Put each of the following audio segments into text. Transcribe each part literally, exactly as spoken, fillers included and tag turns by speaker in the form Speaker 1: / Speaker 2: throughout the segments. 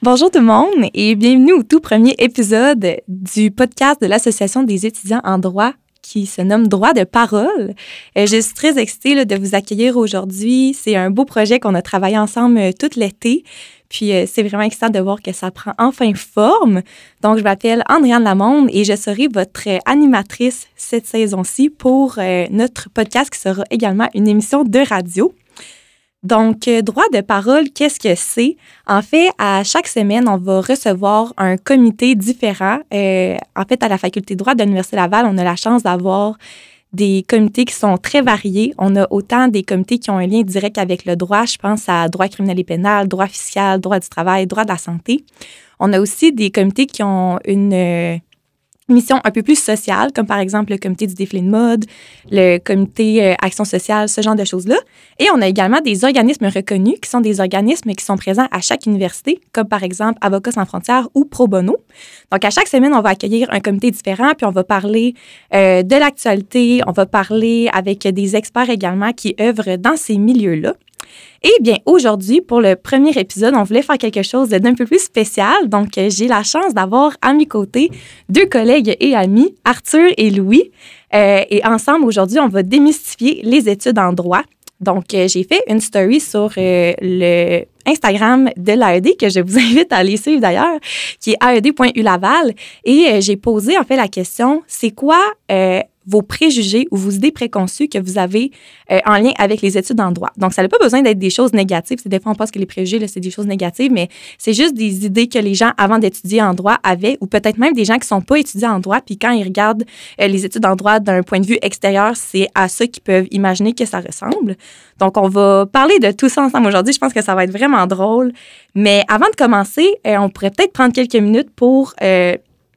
Speaker 1: Bonjour tout le monde et bienvenue au tout premier épisode du podcast de l'Association des étudiants en droit qui se nomme Droit de parole. Euh, je suis très excitée là, de vous accueillir aujourd'hui. C'est un beau projet qu'on a travaillé ensemble euh, tout l'été. Puis euh, c'est vraiment excitant de voir que ça prend enfin forme. Donc, je m'appelle Andréane Lamonde et je serai votre euh, animatrice cette saison-ci pour euh, notre podcast qui sera également une émission de radio. Donc, euh, droit de parole, qu'est-ce que c'est? En fait, à chaque semaine, on va recevoir un comité différent. Euh, en fait, à la faculté de droit de l'Université Laval, on a la chance d'avoir des comités qui sont très variés. On a autant des comités qui ont un lien direct avec le droit. Je pense à droit criminel et pénal, droit fiscal, droit du travail, droit de la santé. On a aussi des comités qui ont une euh, mission un peu plus sociale, comme par exemple le comité du défilé de mode, le comité euh, action sociale, ce genre de choses-là. Et on a également des organismes reconnus qui sont des organismes qui sont présents à chaque université, comme par exemple Avocats sans frontières ou Pro Bono. Donc, à chaque semaine, on va accueillir un comité différent, puis on va parler euh, de l'actualité, on va parler avec des experts également qui œuvrent dans ces milieux-là. Et bien, aujourd'hui, pour le premier épisode, on voulait faire quelque chose d'un peu plus spécial. Donc, j'ai la chance d'avoir à mes côtés deux collègues et amis, Arthur et Louis. Euh, et ensemble, aujourd'hui, on va démystifier les études en droit. Donc, euh, j'ai fait une story sur euh, le Instagram de l'A E D, que je vous invite à aller suivre d'ailleurs, qui est a e d point u laval. Et euh, j'ai posé en fait la question, c'est quoi euh, vos préjugés ou vos idées préconçues que vous avez euh, en lien avec les études en droit? Donc, ça n'a pas besoin d'être des choses négatives. C'est des fois, on pense que les préjugés, là, c'est des choses négatives, mais c'est juste des idées que les gens, avant d'étudier en droit, avaient, ou peut-être même des gens qui ne sont pas étudiants en droit, puis quand ils regardent euh, les études en droit d'un point de vue extérieur, c'est à ça qu'ils peuvent imaginer que ça ressemble. Donc, on va parler de tout ça ensemble aujourd'hui. Je pense que ça va être vraiment drôle. Mais avant de commencer, euh, on pourrait peut-être prendre quelques minutes pour euh,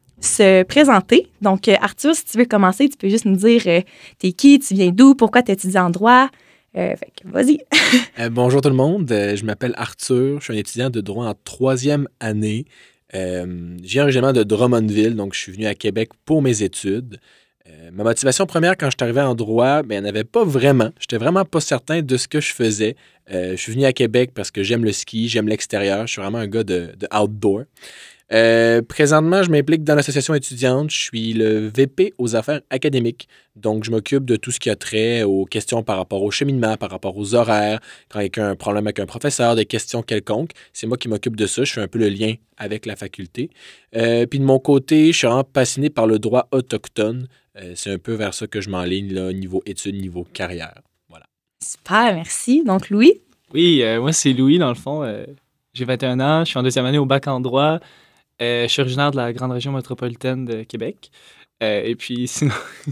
Speaker 1: se présenter. Donc, euh, Arthur, si tu veux commencer, tu peux juste nous dire euh, t'es qui, tu viens d'où, pourquoi tu étudies en droit. Euh, fait que vas-y.
Speaker 2: euh, bonjour tout le monde, euh, je m'appelle Arthur, je suis un étudiant de droit en troisième année. Euh, j'ai originairement de Drummondville, donc je suis venu à Québec pour mes études. Euh, ma motivation première quand je suis arrivé en droit, ben, il n'y en avait pas vraiment. Je n'étais vraiment pas certain de ce que je faisais. Euh, je suis venu à Québec parce que j'aime le ski, j'aime l'extérieur. Je suis vraiment un gars de, de outdoor. Euh, présentement, je m'implique dans l'association étudiante. Je suis le V P aux affaires académiques. Donc, je m'occupe de tout ce qui a trait aux questions par rapport au cheminement, par rapport aux horaires, quand quelqu'un a un problème avec un professeur, des questions quelconques. C'est moi qui m'occupe de ça. Je fais un peu le lien avec la faculté. Euh, puis de mon côté, je suis vraiment passionné par le droit autochtone. Euh, c'est un peu vers ça que je m'enligne, là, niveau études, niveau carrière. Voilà.
Speaker 1: Super, merci. Donc, Louis?
Speaker 3: Oui, euh, moi, c'est Louis, dans le fond. Euh, j'ai vingt et un ans, je suis en deuxième année au bac en droit. Euh, je suis originaire de la grande région métropolitaine de Québec. Euh, et puis, sinon,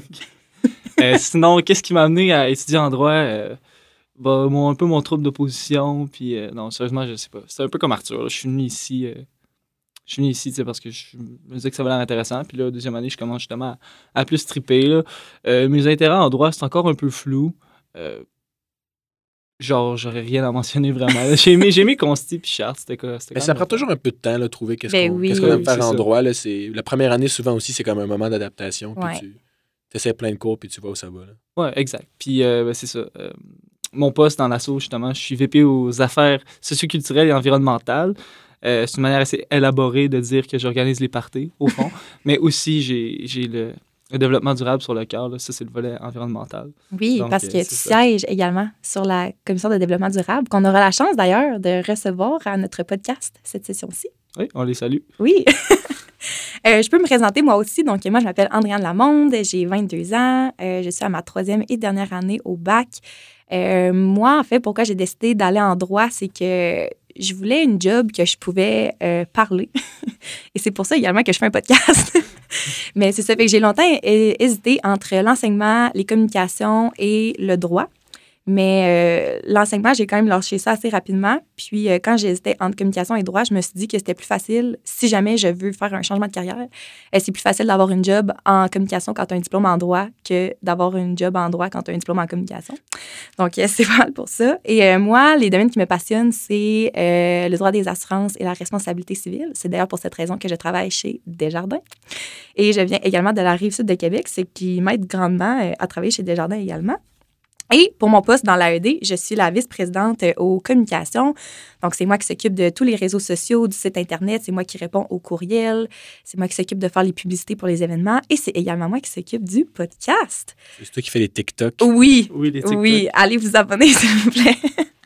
Speaker 3: euh, sinon qu'est-ce qui m'a amené à étudier en droit? Euh, bah, mon, un peu mon trouble d'opposition. Puis, euh, non, sérieusement, je sais pas. C'est un peu comme Arthur. Là. Je suis venu ici, euh, je suis venu ici parce que je me disais que ça avait l'air intéressant. Puis là, deuxième année, je commence justement à, à plus triper. Là. Euh, mes intérêts en droit, c'est encore un peu flou. Euh, Genre, j'aurais rien à mentionner vraiment. J'ai aimé, j'ai aimé Consti puis Chartres, c'était quoi? C'était
Speaker 2: Mais ça prend toujours un peu de temps, là, trouver qu'est-ce
Speaker 1: ben
Speaker 2: qu'on,
Speaker 1: oui.
Speaker 2: qu'est-ce qu'on aime
Speaker 3: Oui,
Speaker 2: faire
Speaker 3: c'est
Speaker 2: en
Speaker 3: ça.
Speaker 2: droit. Là, c'est, la première année, souvent aussi, c'est comme un moment d'adaptation.
Speaker 1: Ouais.
Speaker 2: Puis tu essaies plein de cours, puis tu vois où ça va. Là.
Speaker 3: Ouais, exact. Puis, euh, ben, c'est ça. Euh, mon poste dans l'asso, justement, je suis V P aux affaires socioculturelles et environnementales. Euh, c'est une manière assez élaborée de dire que j'organise les parties, au fond. Mais aussi, j'ai, j'ai le, le développement durable sur le cœur. Là. Ça, c'est le volet environnemental.
Speaker 1: Oui,
Speaker 3: Donc,
Speaker 1: parce
Speaker 3: euh,
Speaker 1: que
Speaker 3: c'est
Speaker 1: tu
Speaker 3: ça.
Speaker 1: sièges également sur la commission de développement durable, qu'on aura la chance d'ailleurs de recevoir à notre podcast cette session-ci.
Speaker 3: Oui, on les salue.
Speaker 1: Oui. euh, je peux me présenter moi aussi. Donc, moi, je m'appelle Andréane Lamonde, j'ai vingt-deux ans. Euh, je suis à ma troisième et dernière année au bac. Euh, moi, en fait, pourquoi j'ai décidé d'aller en droit, c'est que je voulais une job que je pouvais euh, parler. Et c'est pour ça également que je fais un podcast. Mais c'est ça, fait que j'ai longtemps hésité entre l'enseignement, les communications et le droit. Mais euh, l'enseignement, j'ai quand même lâché ça assez rapidement. Puis euh, quand j'hésitais entre communication et droit, je me suis dit que c'était plus facile, si jamais je veux faire un changement de carrière, euh, c'est plus facile d'avoir une job en communication quand tu as un diplôme en droit que d'avoir une job en droit quand tu as un diplôme en communication. Donc, euh, c'est mal pour ça. Et euh, moi, les domaines qui me passionnent, c'est euh, le droit des assurances et la responsabilité civile. C'est d'ailleurs pour cette raison que je travaille chez Desjardins. Et je viens également de la Rive-Sud de Québec, ce qui m'aide grandement euh, à travailler chez Desjardins également. Et pour mon poste dans l'A E D, je suis la vice-présidente aux communications. Donc, c'est moi qui s'occupe de tous les réseaux sociaux, du site Internet. C'est moi qui réponds aux courriels. C'est moi qui s'occupe de faire les publicités pour les événements. Et c'est également moi qui s'occupe du podcast.
Speaker 2: C'est toi qui fais les TikTok.
Speaker 1: Oui.
Speaker 3: Oui, les TikTok.
Speaker 1: Oui, allez vous abonner, s'il vous plaît.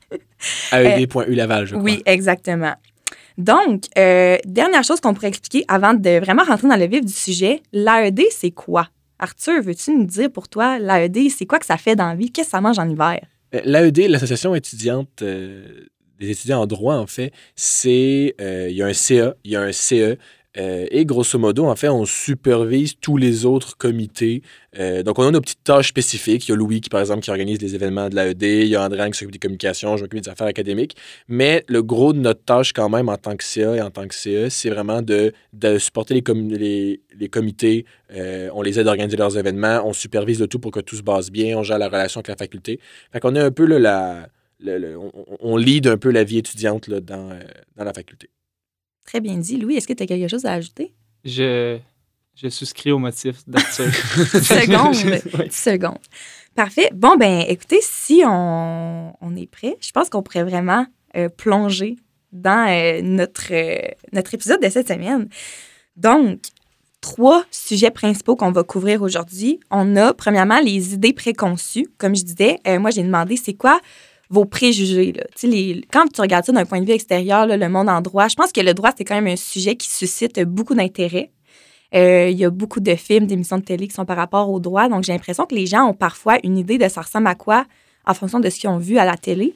Speaker 2: A E D point U Laval, je crois.
Speaker 1: Oui, exactement. Donc, euh, dernière chose qu'on pourrait expliquer avant de vraiment rentrer dans le vif du sujet, l'A E D, c'est quoi? Arthur, veux-tu nous dire pour toi, l'A E D, c'est quoi que ça fait dans la vie? Qu'est-ce que ça mange en hiver?
Speaker 2: L'A E D, l'Association étudiante euh, des étudiants en droit, en fait, c'est... Euh, il y a un C A, il y a un C E, euh, et grosso modo, en fait, on supervise tous les autres comités. Euh, donc, on a nos petites tâches spécifiques. Il y a Louis, qui, par exemple, qui organise les événements de l'A E D. Il y a Andréane qui s'occupe des communications. Je m'occupe des affaires académiques. Mais le gros de notre tâche, quand même, en tant que C A et en tant que C E, c'est vraiment de, de supporter les, com- les, les comités. Euh, on les aide à organiser leurs événements. On supervise le tout pour que tout se passe bien. On gère la relation avec la faculté. Fait qu'on est un peu, là, la... Le, le, on, on lead un peu la vie étudiante là, dans, euh, dans la faculté.
Speaker 1: Très bien dit. Louis, est-ce que tu as quelque chose à ajouter?
Speaker 3: Je, je souscris au motif d'Arthur.
Speaker 1: Seconde.
Speaker 3: Oui.
Speaker 1: Seconde. Parfait. Bon, ben écoutez, si on, on est prêt, je pense qu'on pourrait vraiment euh, plonger dans euh, notre, euh, notre épisode de cette semaine. Donc, trois sujets principaux qu'on va couvrir aujourd'hui. On a, premièrement, les idées préconçues. Comme je disais, euh, moi, j'ai demandé c'est quoi vos préjugés. Là. Les, quand tu regardes ça d'un point de vue extérieur, là, le monde en droit, je pense que le droit, c'est quand même un sujet qui suscite beaucoup d'intérêt. Euh, il y a beaucoup de films, d'émissions de télé qui sont par rapport au droit. Donc, j'ai l'impression que les gens ont parfois une idée de ça ressemble à quoi en fonction de ce qu'ils ont vu à la télé.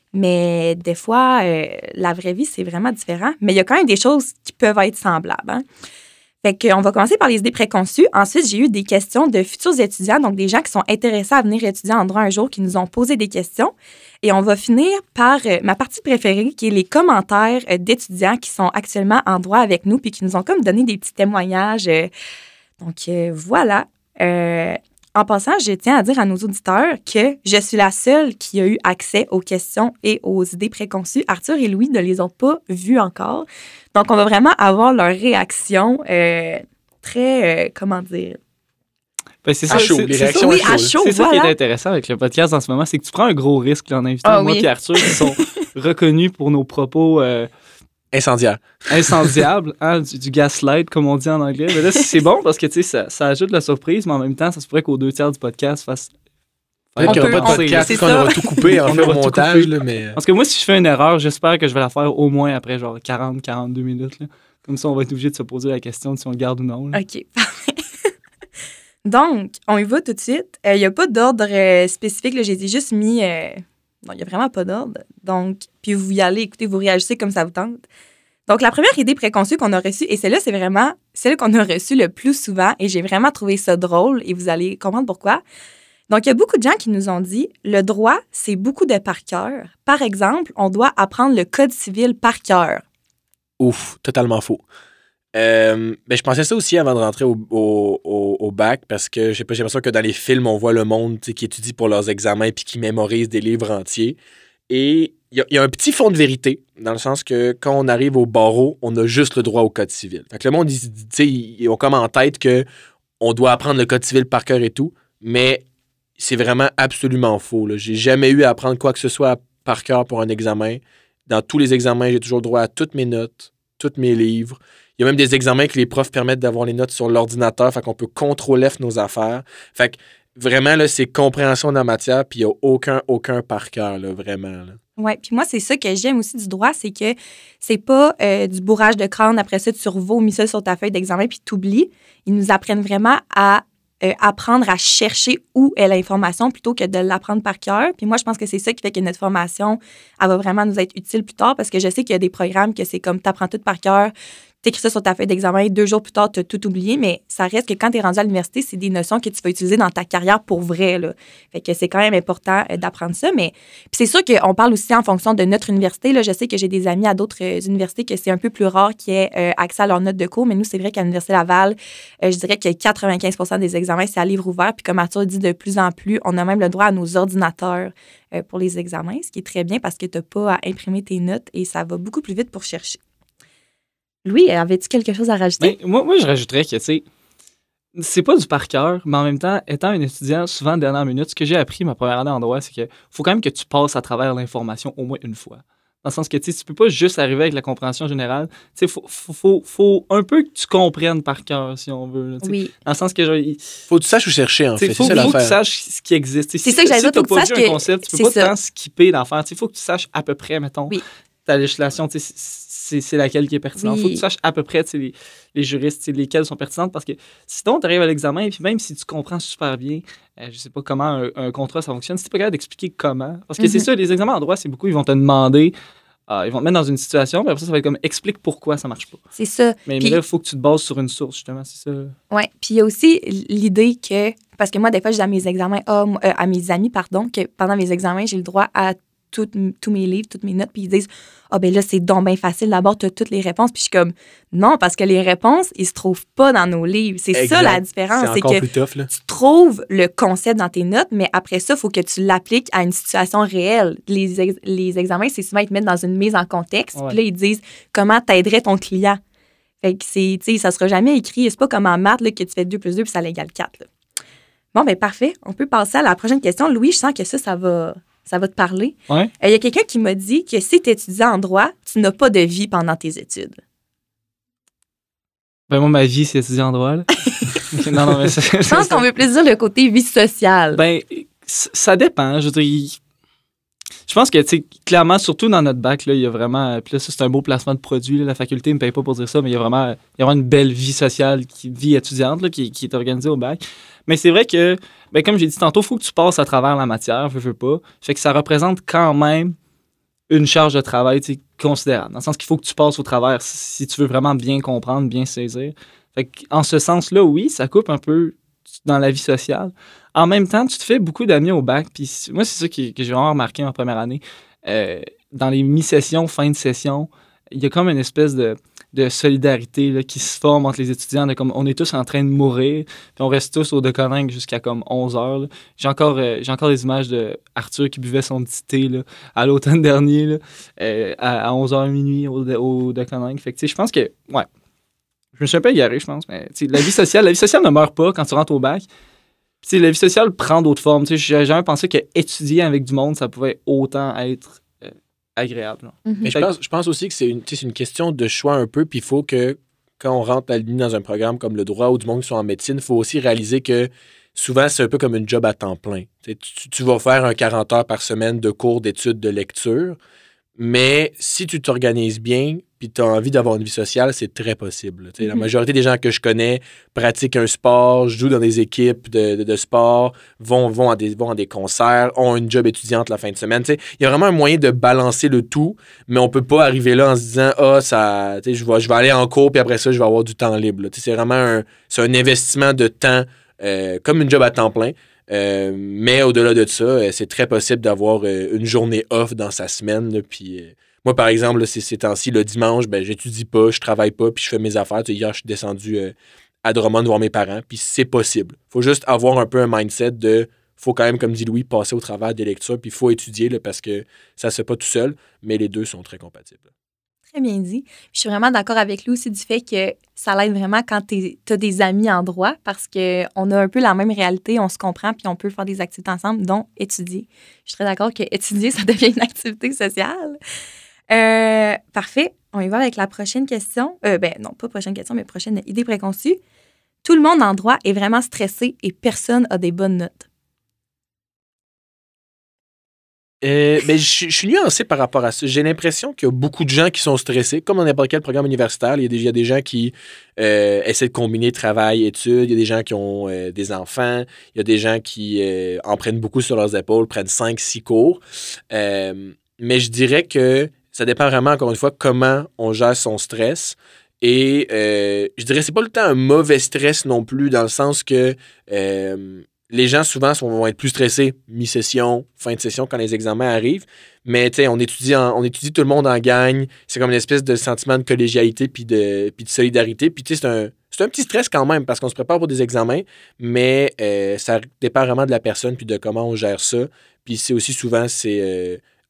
Speaker 1: Mais des fois, euh, la vraie vie, c'est vraiment différent. Mais il y a quand même des choses qui peuvent être semblables. Hein? Fait qu'on va commencer par les idées préconçues. Ensuite, j'ai eu des questions de futurs étudiants, donc des gens qui sont intéressés à venir étudier en droit un jour, qui nous ont posé des questions. Et on va finir par euh, ma partie préférée, qui est les commentaires euh, d'étudiants qui sont actuellement en droit avec nous, puis qui nous ont comme donné des petits témoignages. Euh, donc, euh, voilà. Euh, en passant, je tiens à dire à nos auditeurs que je suis la seule qui a eu accès aux questions et aux idées préconçues. Arthur et Louis ne les ont pas vues encore. Donc, on va vraiment avoir leur réaction euh, très, euh, comment dire...
Speaker 3: Ben, c'est ça,
Speaker 2: à chaud,
Speaker 3: c'est,
Speaker 2: les
Speaker 3: c'est
Speaker 2: réactions
Speaker 3: ça,
Speaker 1: oui, à chaud,
Speaker 3: c'est ça
Speaker 1: voilà.
Speaker 3: qui est intéressant avec le podcast en ce moment, c'est que tu prends un gros risque là, en invitant
Speaker 1: Ah,
Speaker 3: moi
Speaker 1: oui.
Speaker 3: et Arthur, qui sont reconnus pour nos propos euh,
Speaker 2: Incendiaire.
Speaker 3: incendiables, hein, du, du gaslight, comme on dit en anglais. Mais là, c'est bon parce que tu sais, ça, ça ajoute la surprise, mais en même temps, ça se pourrait qu'aux deux tiers du podcast fasse.
Speaker 2: Peut-être
Speaker 1: On
Speaker 2: qu'il n'y
Speaker 1: peut-
Speaker 2: aura pas de
Speaker 1: on-
Speaker 2: podcast,
Speaker 1: c'est
Speaker 2: qu'on
Speaker 1: ça.
Speaker 2: aura tout coupé en
Speaker 3: On
Speaker 2: fait au
Speaker 3: aura tout
Speaker 2: montage.
Speaker 3: coupé.
Speaker 2: Là, mais...
Speaker 3: Parce que moi, si je fais une erreur, j'espère que je vais la faire au moins après genre quarante à quarante-deux minutes. Là. Comme ça, on va être obligé de se poser la question de si on le garde ou non. Là.
Speaker 1: OK, parfait. Donc, on y va tout de suite. Il n'y a pas d'ordre euh, spécifique. Là, j'ai juste mis... euh, Non, il n'y a vraiment pas d'ordre. Donc, puis vous y allez, écoutez, vous réagissez comme ça vous tente. Donc, la première idée préconçue qu'on a reçue, et celle-là, c'est vraiment celle qu'on a reçue le plus souvent, et j'ai vraiment trouvé ça drôle, et vous allez comprendre pourquoi. Donc, il y a beaucoup de gens qui nous ont dit, le droit, c'est beaucoup de par cœur. Par exemple, on doit apprendre le code civil par cœur.
Speaker 2: Ouf, totalement faux. Euh, ben, je pensais ça aussi avant de rentrer au, au, au, au bac parce que je sais pas, j'ai l'impression que dans les films, on voit le monde tu sais, qui étudie pour leurs examens puis qui mémorise des livres entiers. Et il y, y a un petit fond de vérité dans le sens que quand on arrive au barreau, on a juste le droit au code civil. Fait que le monde, ils, tu sais, ils ont comme en tête que on doit apprendre le code civil par cœur et tout, mais c'est vraiment absolument faux. Là. J'ai jamais eu à apprendre quoi que ce soit par cœur pour un examen. Dans tous les examens, j'ai toujours le droit à toutes mes notes, tous mes livres. Il y a même des examens que les profs permettent d'avoir les notes sur l'ordinateur, fait qu'on peut contrôler nos affaires. Fait que vraiment, là, c'est compréhension de la matière, puis il n'y a aucun, aucun par cœur, là, vraiment. Là.
Speaker 1: Oui, puis moi, c'est ça que j'aime aussi du droit, c'est que c'est pas euh, du bourrage de crâne, après ça, tu revomis ça sur ta feuille d'examen, puis tu oublies. Ils nous apprennent vraiment à euh, apprendre à chercher où est l'information plutôt que de l'apprendre par cœur. Puis moi, je pense que c'est ça qui fait que notre formation, elle va vraiment nous être utile plus tard, parce que je sais qu'il y a des programmes que c'est comme tu apprends tout par cœur, t'écris ça sur ta feuille d'examen, deux jours plus tard, tu as tout oublié, mais ça reste que quand tu es rendu à l'université, c'est des notions que tu vas utiliser dans ta carrière pour vrai. Là. Fait que c'est quand même important euh, d'apprendre ça. Mais puis c'est sûr qu'on parle aussi en fonction de notre université. Là. Je sais que j'ai des amis à d'autres euh, universités que c'est un peu plus rare qu'ils aient euh, accès à leurs notes de cours, mais nous, c'est vrai qu'à l'Université Laval, euh, je dirais que quatre-vingt-quinze pour cent des examens, c'est à livre ouvert. Puis comme Arthur dit, de plus en plus, on a même le droit à nos ordinateurs euh, pour les examens, ce qui est très bien parce que tu n'as pas à imprimer tes notes et ça va beaucoup plus vite pour chercher. Louis, avais-tu quelque chose à rajouter?
Speaker 3: Ben, moi, moi, je rajouterais que, tu sais, c'est pas du par cœur, mais en même temps, étant un étudiant, souvent, dernière minute, ce que j'ai appris ma première année en droit, c'est qu'il faut quand même que tu passes à travers l'information au moins une fois. Dans le sens que, tu sais, tu peux pas juste arriver avec la compréhension générale. Tu sais, faut, faut, faut, faut un peu que tu comprennes par cœur, si on veut. Là,
Speaker 1: Oui.
Speaker 3: Dans le sens que, genre, il,
Speaker 2: Faut que tu saches où chercher, en fait.
Speaker 3: faut,
Speaker 2: C'est ça
Speaker 3: faut que tu
Speaker 2: l'affaire.
Speaker 3: saches ce qui existe. T'sais,
Speaker 1: C'est
Speaker 3: si,
Speaker 1: ça que j'allais
Speaker 3: si
Speaker 1: dire,
Speaker 3: t'as
Speaker 1: faut que
Speaker 3: pas
Speaker 1: tu
Speaker 3: vu
Speaker 1: saches
Speaker 3: un
Speaker 1: que
Speaker 3: concept, tu peux
Speaker 1: c'est
Speaker 3: pas
Speaker 1: ça.
Speaker 3: tant skipper l'affaire. Il faut que tu saches à peu près, mettons,
Speaker 1: Oui.
Speaker 3: ta législation, tu sais, c'est, c'est laquelle qui est pertinente. Il
Speaker 1: Oui.
Speaker 3: faut que tu saches à peu près, tu sais, les, les juristes, tu sais, lesquelles sont pertinentes, parce que sinon, tu arrives à l'examen, et puis même si tu comprends super bien, euh, je sais pas comment un, un contrat, ça fonctionne, si tu pas capable d'expliquer comment, parce que
Speaker 1: Mhm.
Speaker 3: c'est ça, les examens en droit, c'est beaucoup, ils vont te demander, euh, ils vont te mettre dans une situation, puis après ça, ça va être comme, explique pourquoi ça marche pas.
Speaker 1: C'est ça.
Speaker 3: Mais,
Speaker 1: Puis-
Speaker 3: mais là, il faut que tu te bases sur une source, justement, c'est ça.
Speaker 1: Oui, puis il y a aussi l'idée que, parce que moi, des fois, je dis à mes examens, ah, moi, euh, à mes amis, pardon, que pendant mes examens, j'ai le droit à tout- tous mes livres, toutes mes notes, puis ils disent, ah, ben là, c'est donc bien facile, d'abord, tu as toutes les réponses. Puis je suis comme, non, parce que les réponses, ils se trouvent pas dans nos livres. C'est
Speaker 2: Exact.
Speaker 1: ça la différence,
Speaker 2: C'est
Speaker 1: c'est
Speaker 2: encore
Speaker 1: que
Speaker 2: plus tough, là.
Speaker 1: tu trouves le concept dans tes notes, mais après ça, il faut que tu l'appliques à une situation réelle. Les, ex- les examens, c'est souvent, ils te mettent dans une mise en contexte,
Speaker 3: Ouais.
Speaker 1: puis là, ils disent, comment t'aiderais ton client. Fait que c'est, tu sais, ça sera jamais écrit. C'est pas comme en maths là, que tu fais deux plus deux puis ça l'égale quatre. Là. Bon, ben parfait. On peut passer à la prochaine question. Louis, je sens que ça, ça va, ça va te parler. Il
Speaker 3: Ouais.
Speaker 1: y a quelqu'un qui m'a dit que si tu étudies en droit, tu n'as pas de vie pendant tes études.
Speaker 3: Ben, moi, ma vie, c'est étudier en droit, là. non, non, mais c'est,
Speaker 1: Je pense qu'on veut plus dire le côté vie sociale.
Speaker 3: Ben, c- ça dépend. Je veux dire, il- je pense que, tu sais, clairement, surtout dans notre bac, là, il y a vraiment. Puis là, ça, c'est un beau placement de produit. Là, la faculté ne me paye pas pour dire ça, mais il y a vraiment, il y a vraiment une belle vie sociale, qui, vie étudiante là, qui, qui est organisée au bac. Mais c'est vrai que, ben, comme j'ai dit tantôt, il faut que tu passes à travers la matière, veux, veux pas. Fait que ça représente quand même une charge de travail, tu sais, considérable. Dans le sens qu'il faut que tu passes au travers si tu veux vraiment bien comprendre, bien saisir. Fait que, en ce sens-là, oui, ça coupe un peu dans la vie sociale. En même temps, tu te fais beaucoup d'amis au bac. Puis c- moi, c'est ça qui- que j'ai vraiment remarqué en première année. Euh, dans les mi-sessions, fin de session, il y a comme une espèce de, de solidarité là, qui se forme entre les étudiants. De comme, on est tous en train de mourir, puis on reste tous au Deconinck jusqu'à comme onze heures. Là. J'ai encore, euh, j'ai encore des images de Arthur qui buvait son petit thé là, à l'automne dernier, là, euh, à, à onze heures minuit au, au Deconinck. Fait que, tu sais, je pense que, ouais, je me suis un peu égaré, je pense, mais tu sais, la vie sociale, la vie sociale ne meurt pas quand tu rentres au bac. Puis, tu sais, la vie sociale prend d'autres formes. Tu sais, j'ai jamais pensé qu'étudier avec du monde, ça pouvait autant être euh, agréable. là.
Speaker 1: Mhm.
Speaker 2: Mais je pense, je pense aussi que c'est une, tu sais, c'est une question de choix un peu, puis il faut que quand on rentre à l'Uni dans un programme comme le droit ou du monde qui sont en médecine, il faut aussi réaliser que souvent, c'est un peu comme une job à temps plein. Tu sais, Tu, tu vas faire un quarante heures par semaine de cours, d'études, de lecture, mais si tu t'organises bien puis tu as envie d'avoir une vie sociale, c'est très possible. Tu sais, La
Speaker 1: Mhm.
Speaker 2: majorité des gens que je connais pratiquent un sport, jouent dans des équipes de, de, de sport, vont, vont, à des, vont à des concerts, ont une job étudiante la fin de semaine. Tu sais, Il y a vraiment un moyen de balancer le tout, mais on peut pas arriver là en se disant « Ah, ça, tu sais, je vais, je vais aller en cours, puis après ça, je vais avoir du temps libre. » Tu sais, C'est vraiment un, c'est un investissement de temps euh, comme une job à temps plein. Euh, mais au-delà de ça, euh, c'est très possible d'avoir euh, une journée off dans sa semaine. Là, puis, euh, moi, par exemple, là, ces, ces temps-ci, le dimanche, ben, j'étudie pas, je travaille pas, puis je fais mes affaires. Tu sais, hier, je suis descendu euh, à Drummond voir mes parents, puis c'est possible. faut juste avoir un peu un mindset de faut quand même, comme dit Louis, passer au travers des lectures, puis il faut étudier là, parce que ça se fait pas tout seul, mais les deux sont très compatibles.
Speaker 1: Très bien dit. Puis je suis vraiment d'accord avec lui aussi du fait que ça l'aide vraiment quand tu as des amis en droit parce qu'on a un peu la même réalité, on se comprend, puis on peut faire des activités ensemble, dont étudier. Je suis très d'accord que étudier, ça devient une activité sociale. Euh, parfait. On y va avec la prochaine question. Euh, ben non, pas prochaine question, mais prochaine idée préconçue. Tout le monde en droit est vraiment stressé et personne a des bonnes notes.
Speaker 2: Euh, ben, je, je suis nuancé par rapport à ça. J'ai l'impression qu'il y a beaucoup de gens qui sont stressés, comme dans n'importe quel programme universitaire. Il y a des, il y a des gens qui euh, essaient de combiner travail, études. Il y a des gens qui ont euh, des enfants. Il y a des gens qui euh, en prennent beaucoup sur leurs épaules, prennent cinq, six cours. Euh, mais je dirais que ça dépend vraiment, encore une fois, comment on gère son stress. Et euh, je dirais que c'est pas le temps un mauvais stress non plus, dans le sens que euh, les gens, souvent, sont, vont être plus stressés mi-session, fin de session, quand les examens arrivent. Mais, tu sais, on étudie, en- on étudie tout le monde en gagne. C'est comme une espèce de sentiment de collégialité puis de, puis de solidarité. Puis, tu sais, c'est un, c'est un petit stress quand même parce qu'on se prépare pour des examens, mais euh, ça dépend vraiment de la personne puis de comment on gère ça. Puis, c'est aussi souvent, c'est euh,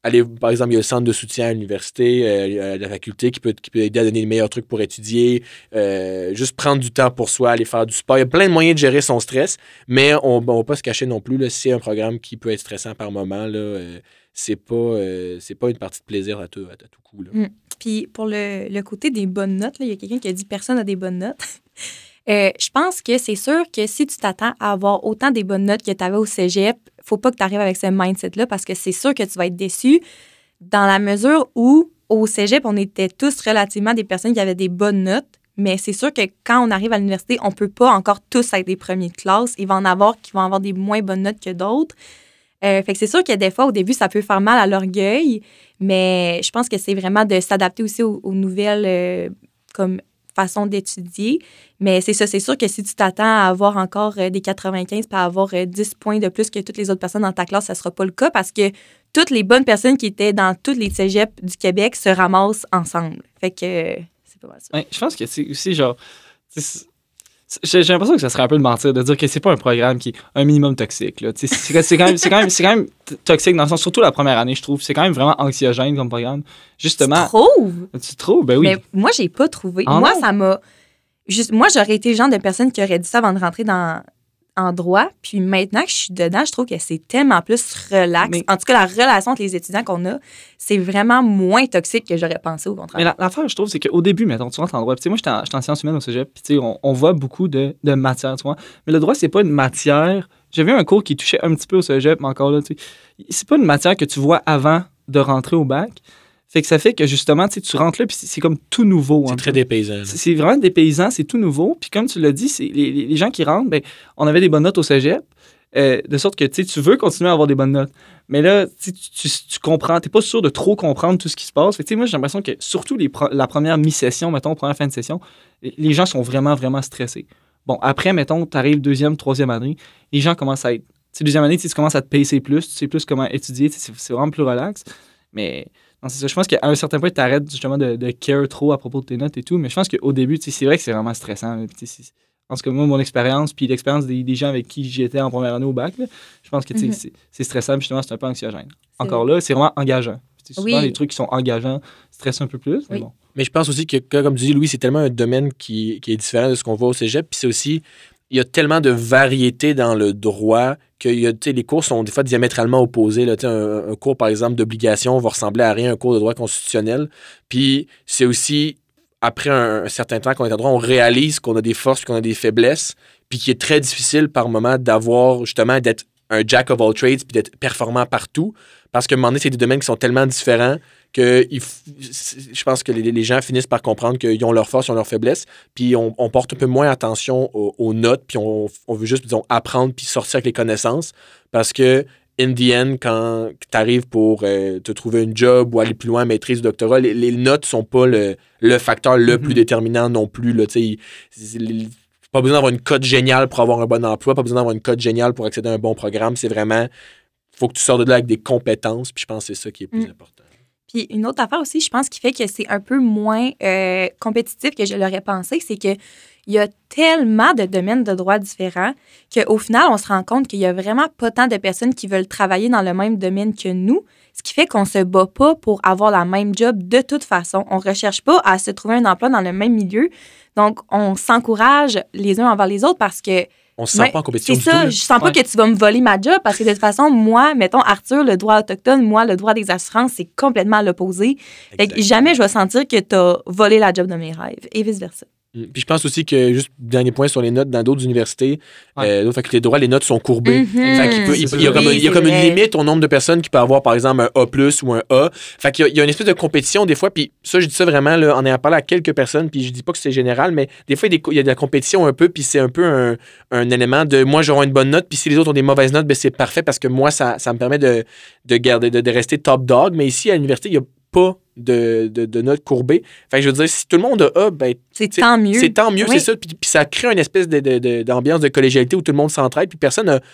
Speaker 2: aller, par exemple, il y a le centre de soutien à l'université, euh, à la faculté qui peut, qui peut aider à donner les meilleurs trucs pour étudier, euh, juste prendre du temps pour soi, aller faire du sport. Il y a plein de moyens de gérer son stress, mais on ne va pas se cacher non plus. Là, si c'est un programme qui peut être stressant par moment, là, euh, c'est pas, euh, c'est pas une partie de plaisir à tout, à tout coup. Là.
Speaker 1: Mm. Puis pour le, le côté des bonnes notes, là, il y a quelqu'un qui a dit « personne n'a des bonnes notes ». Euh, je pense que c'est sûr que si tu t'attends à avoir autant des bonnes notes que tu avais au cégep, faut pas que tu arrives avec ce mindset-là parce que c'est sûr que tu vas être déçu dans la mesure où au cégep, on était tous relativement des personnes qui avaient des bonnes notes, mais c'est sûr que quand on arrive à l'université, on peut pas encore tous être des premiers de classe. Il va en avoir qui vont avoir des moins bonnes notes que d'autres. Euh, fait que c'est sûr que des fois, au début, ça peut faire mal à l'orgueil, mais je pense que c'est vraiment de s'adapter aussi aux, aux nouvelles euh, comme façon d'étudier. Mais c'est ça, c'est sûr que si tu t'attends à avoir encore euh, des quatre-vingt-quinze puis à avoir euh, dix points de plus que toutes les autres personnes dans ta classe, ça sera pas le cas parce que toutes les bonnes personnes qui étaient dans tous les cégeps du Québec se ramassent ensemble. Fait que euh, c'est pas mal ça.
Speaker 3: Ouais, je pense que c'est aussi genre... c'est, J'ai, j'ai l'impression que ça serait un peu de mentir de dire que c'est pas un programme qui est un minimum toxique. Là. C'est, c'est, c'est, quand même, c'est, quand même, c'est quand même toxique dans le sens, surtout la première année, je trouve. C'est quand même vraiment anxiogène comme programme. Justement.
Speaker 1: Tu trouves?
Speaker 3: Tu trouves? Ben oui.
Speaker 1: Mais moi, j'ai pas trouvé.
Speaker 3: Ah
Speaker 1: moi,
Speaker 3: non?
Speaker 1: ça m'a... Juste, moi, j'aurais été le genre de personne qui aurait dit ça avant de rentrer dans, en droit. Puis maintenant que je suis dedans, je trouve que c'est tellement plus relax.
Speaker 3: Mais,
Speaker 1: en tout cas, la relation entre les étudiants qu'on a, c'est vraiment moins toxique que j'aurais pensé au contraire.
Speaker 3: Mais la, l'affaire, je trouve, c'est qu'au début, mettons, tu rentres en droit. Puis, tu sais, moi, j'étais en, j'étais en sciences humaines au cégep. Puis, tu sais, on, on voit beaucoup de, de matières, tu vois. Mais le droit, c'est pas une matière. J'avais un cours qui touchait un petit peu au cégep, mais encore là, tu sais, c'est pas une matière que tu vois avant de rentrer au bac. Fait que ça fait que justement, tu sais, tu rentres là, puis c'est, c'est comme tout nouveau.
Speaker 2: C'est
Speaker 3: hein,
Speaker 2: très dépaysant.
Speaker 3: C'est, c'est vraiment dépaysant, c'est tout nouveau. Puis comme tu l'as dit, c'est, les, les gens qui rentrent, ben, on avait des bonnes notes au cégep, euh, de sorte que tu veux continuer à avoir des bonnes notes. Mais là, tu, tu, tu comprends, t'es pas sûr de trop comprendre tout ce qui se passe. Fait que, moi, j'ai l'impression que surtout les pro- la première mi-session, mettons, première fin de session, les gens sont vraiment, vraiment stressés. Bon, après, mettons, tu arrives deuxième, troisième année, les gens commencent à être... Tu sais, deuxième année, tu commences à te pacer plus, tu sais plus comment étudier, c'est, c'est vraiment plus relax. Mais... Non, c'est ça. Je pense qu'à un certain point, tu arrêtes justement de, de care trop à propos de tes notes et tout. Mais je pense qu'au début, c'est vrai que c'est vraiment stressant. C'est, en tout cas, moi, mon expérience, puis l'expérience des, des gens avec qui j'étais en première année au bac, là, je pense que mm-hmm. c'est, c'est stressant, puis justement, c'est un peu anxiogène. C'est Encore vrai. Là, c'est vraiment engageant. Souvent, oui. les trucs qui sont engageants stressent un peu plus.
Speaker 1: Oui.
Speaker 3: Mais, bon.
Speaker 2: mais je pense aussi que, comme tu dis, Louis, c'est tellement un domaine qui, qui est différent de ce qu'on voit au cégep. Puis c'est aussi, il y a tellement de variété dans le droit que y a, les cours sont des fois diamétralement opposés. Là, un, un cours, par exemple, d'obligation va ressembler à rien un cours de droit constitutionnel. Puis c'est aussi, après un, un certain temps qu'on est en droit, on réalise qu'on a des forces et qu'on a des faiblesses, puis qu'il est très difficile par moment d'avoir, justement, d'être un jack of all trades puis d'être performant partout. Parce qu'à un moment donné, c'est des domaines qui sont tellement différents que il f... je pense que les, les gens finissent par comprendre qu'ils ont leurs forces, ils ont leurs faiblesses, puis on, on porte un peu moins attention aux, aux notes, puis on, on veut juste, disons, apprendre puis sortir avec les connaissances. Parce que, in the end, quand tu arrives pour euh, te trouver un job ou aller plus loin, maîtrise, doctorat, les, les notes sont pas le, le facteur le mm-hmm. plus déterminant non plus. Là, t'sais, les, pas besoin d'avoir une cote géniale pour avoir un bon emploi, pas besoin d'avoir une cote géniale pour accéder à un bon programme. C'est vraiment, faut que tu sors de là avec des compétences, puis je pense que c'est ça qui est plus mm. important.
Speaker 1: Puis une autre affaire aussi, je pense, qui fait que c'est un peu moins euh, compétitif que je l'aurais pensé, c'est qu'il y a tellement de domaines de droit différents qu'au final, on se rend compte qu'il y a vraiment pas tant de personnes qui veulent travailler dans le même domaine que nous, ce qui fait qu'on se bat pas pour avoir la même job de toute façon. On recherche pas à se trouver un emploi dans le même milieu. Donc, on s'encourage les uns envers les autres parce que
Speaker 2: on se sent pas en compétition.
Speaker 1: C'est ça, tout, je sens pas ouais. que tu vas me voler ma job parce que de toute façon, moi, mettons, Arthur, le droit autochtone, moi, le droit des assurances, c'est complètement à l'opposé. Fait que jamais je vais sentir que tu as volé la job de mes rêves et vice-versa.
Speaker 2: Puis je pense aussi que, juste dernier point sur les notes, dans d'autres universités, ouais. euh, d'autres facultés de droit, les notes sont courbées. Mm-hmm. Fait qu'il peut, il, il y a comme, oui, il y a comme une limite au nombre de personnes qui peuvent avoir, par exemple, un A plus ou un A. Fait qu'il y a, il y a une espèce de compétition des fois, puis ça, je dis ça vraiment là, en ayant parlé à quelques personnes, puis je dis pas que c'est général, mais des fois, il y a, des, il y a de la compétition un peu, puis c'est un peu un, un élément de moi, j'aurai une bonne note, puis si les autres ont des mauvaises notes, ben c'est parfait parce que moi, ça, ça me permet de, de garder, de, de rester top dog. Mais ici, à l'université, il y a pas de, de, de notes courbées. Fait que je veux dire, si tout le monde a A, ben,
Speaker 1: c'est tant mieux.
Speaker 2: C'est tant mieux,
Speaker 1: oui.
Speaker 2: c'est ça. Puis, puis ça crée une espèce de, de, de, d'ambiance de collégialité où tout le monde s'entraide, puis personne n'a